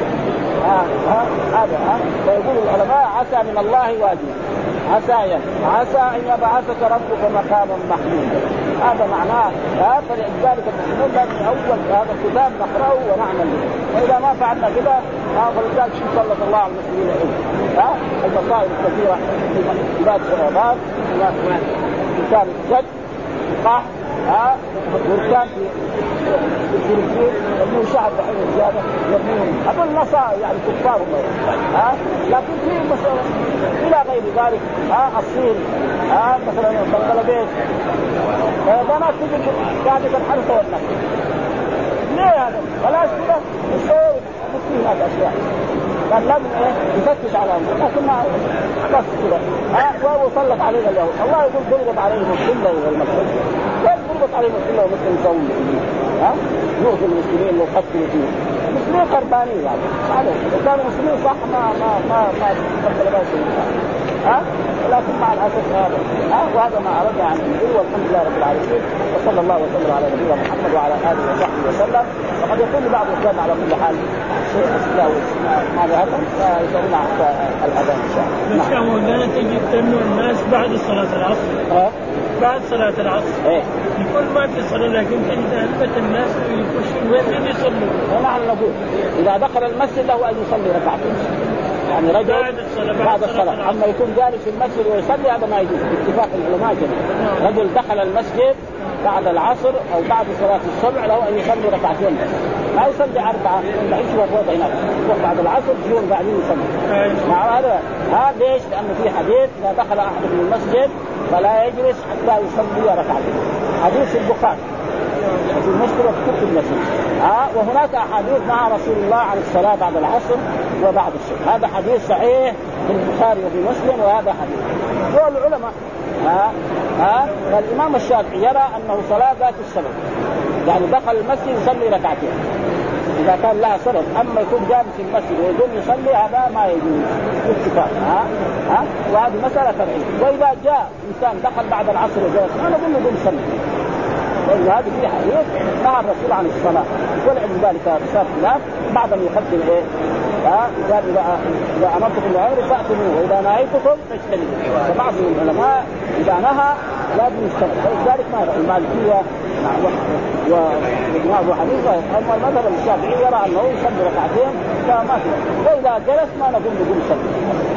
هذا ويقول العلماء عسى من الله واجب عسى أن يبعثك ربك مقاما محمودا. هذا معناه. فلذلك المسلمون لازم أول هذا الكتاب نقرأه ونعمل به. وإذا ما فعلنا كده فلذلك شو سلط الله على المسلمين المصائب الكثيرة في بلاد الشرابات كان جد قح وكان في الفلبين يبنوا شعب بحين الزيادة يبنون هذول نصائب يعني كفار لكن في مثلا إلى غير ذلك الصين مثلا بنغلاديش بنات تجد قاعدة الحرث والنفس. ليه هذا؟ خلاص كده الصور مسلمين هذا أشياء كان لازم يفتش على أمره لكن ما بس كده وهو سلط علينا اليهود. الله يقول ضربت عليهم الذلة والمسكنة. كيف ضربت عليهم الذلة والمسكنة يسوون يؤذي المسلمين ويقتلوا فيهم مسلمين قربانين يعني كانوا مسلمين صح ما لكن مع الاسف هذا وهذا ما اردنا عن النبي. والحمد لله رب العالمين، وصلى الله وسلم على نبينا محمد وعلى اله وصحبه وسلم. وقد يكون بعض الكلام على كل حال شيء اسئله ما ذهب فيسالون حتى الاذان ان شاء الله. نعم. مولانا تجد تنو الناس بعد صلاه العصر. بعد صلاه العصر يكون ما في صلاه، لكن تجد هلبة الناس يخشون وين يصلون. ونحن نقول اذا دخل المسجد له ان يصلي ركعتين، يعني رجل بعد الصلاة. أما يكون جالس في المسجد ويصلي هذا ما يجوز باتفاق العلماء جميعا. رجل دخل المسجد بعد العصر أو بعد صلاة الصبح له أن يصلي ركعتين، ما يصلي 4. بعيش وفوض هناك بعد العصر يوم قاعدين يصلي مع هذا. ليش؟ لأنه في حديث إذا دخل أحد من المسجد فلا يجلس حتى يصلي ركعتين، حديث البخاري في المسجد وكتب المسجد. وهناك أحاديث مع رسول الله عن الصلاة بعد العصر وبعد الصبح. هذا حديث صحيح في البخاري وفي مسلم، وهذا حديث والعلماء فالإمام الشافعي يرى أنه صلاة ذات السبب، يعني دخل المسجد يصلي ركعتين إذا كان لها سبب. أما يكون جالس في المسجد ويقوم يصلي هذا ما يجوز باتفاق. وهذه مسألة فرعية. وإذا جاء إنسان دخل بعد العصر وجلس ما نقول له قوم صلي، وهذه في حديث مع الرسول عن الصلاة. ولعل ذلك صار خلاف بعضهم يقدم قال إذا أمرتكم بالأمر فأتوا وإذا نهيتكم فاجتنبوا. فبعض العلماء إذا نهى لازم يجتنب، فلذلك ما المالكية وأبو حنيفة. أما المذهب الشافعي يرى أنه يصلي ركعتين فما في، وإذا جلس ما نقول له يصلي.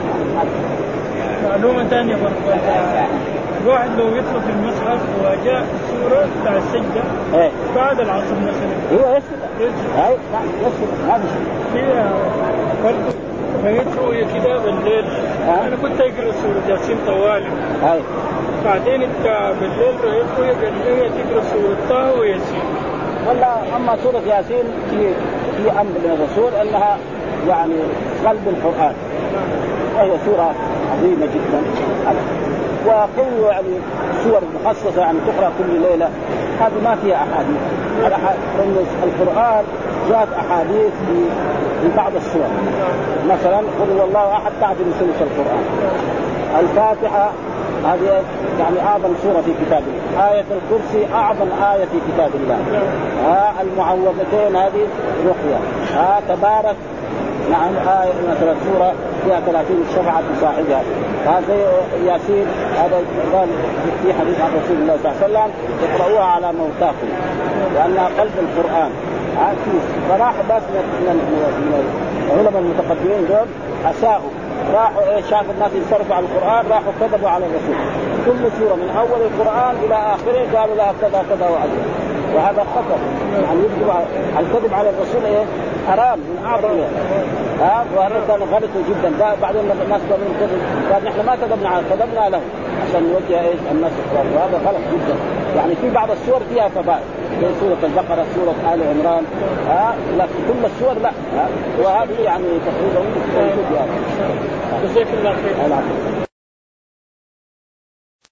معلومة ثانية برضه، واحد لو يطلب في المصحف وجاء سورة بتاع السجدة بعد العصر مثلا هو يسجد ما في شيء فيها برضه. فيقرأ كده بالليل. أنا كنت أقرأ سورة ياسين طوالي، بعدين انت بالليل رأيته قال لي تقرأ سورة طه وياسين. والله أما سورة ياسين في أمر من الرسول أنها يعني قلب القرآن، وهي سورة عظيمة جدا. وكل يعني سور مخصصة يعني تقرأ كل ليلة، هذه ما فيها أحاديث. القرآن جاءت أحاديث في بعض السور، مثلا قل هو الله أحد تعدل ثلث القرآن. الفاتحة هذه يعني أعظم سورة في كتاب الله. آية الكرسي أعظم آية في كتاب الله. المعوذتين هذه رقية. تبارك نعم آية مثلا سورة فيها 30 شفعة صاحبها. هذا ياسين هذا قال في حديث عن رسول الله صلى الله عليه وسلم اقرأوها على موتاكم لأنها قلب القرآن. فراح بس من العلماء المتقدمين دول أساءوا، راحوا شاف الناس يصرفوا على القرآن، راحوا كذبوا على الرسول. كل سورة من أول القرآن إلى آخره قالوا لها كذا كذا وأجل، وهذا خطر. يعني يكذب الكذب على الرسول حرام من أعظم. وهذا كان غلط جدا. بعدين الناس قالوا كذب، قال نحن ما كذبنا له عشان نوجه الناس، وهذا غلط جدا. يعني في بعض السور فيها فضائل زي سورة البقرة، سورة آل عمران، لكن كل السور لا. وهذه يعني تقريبا جزاك الله خير.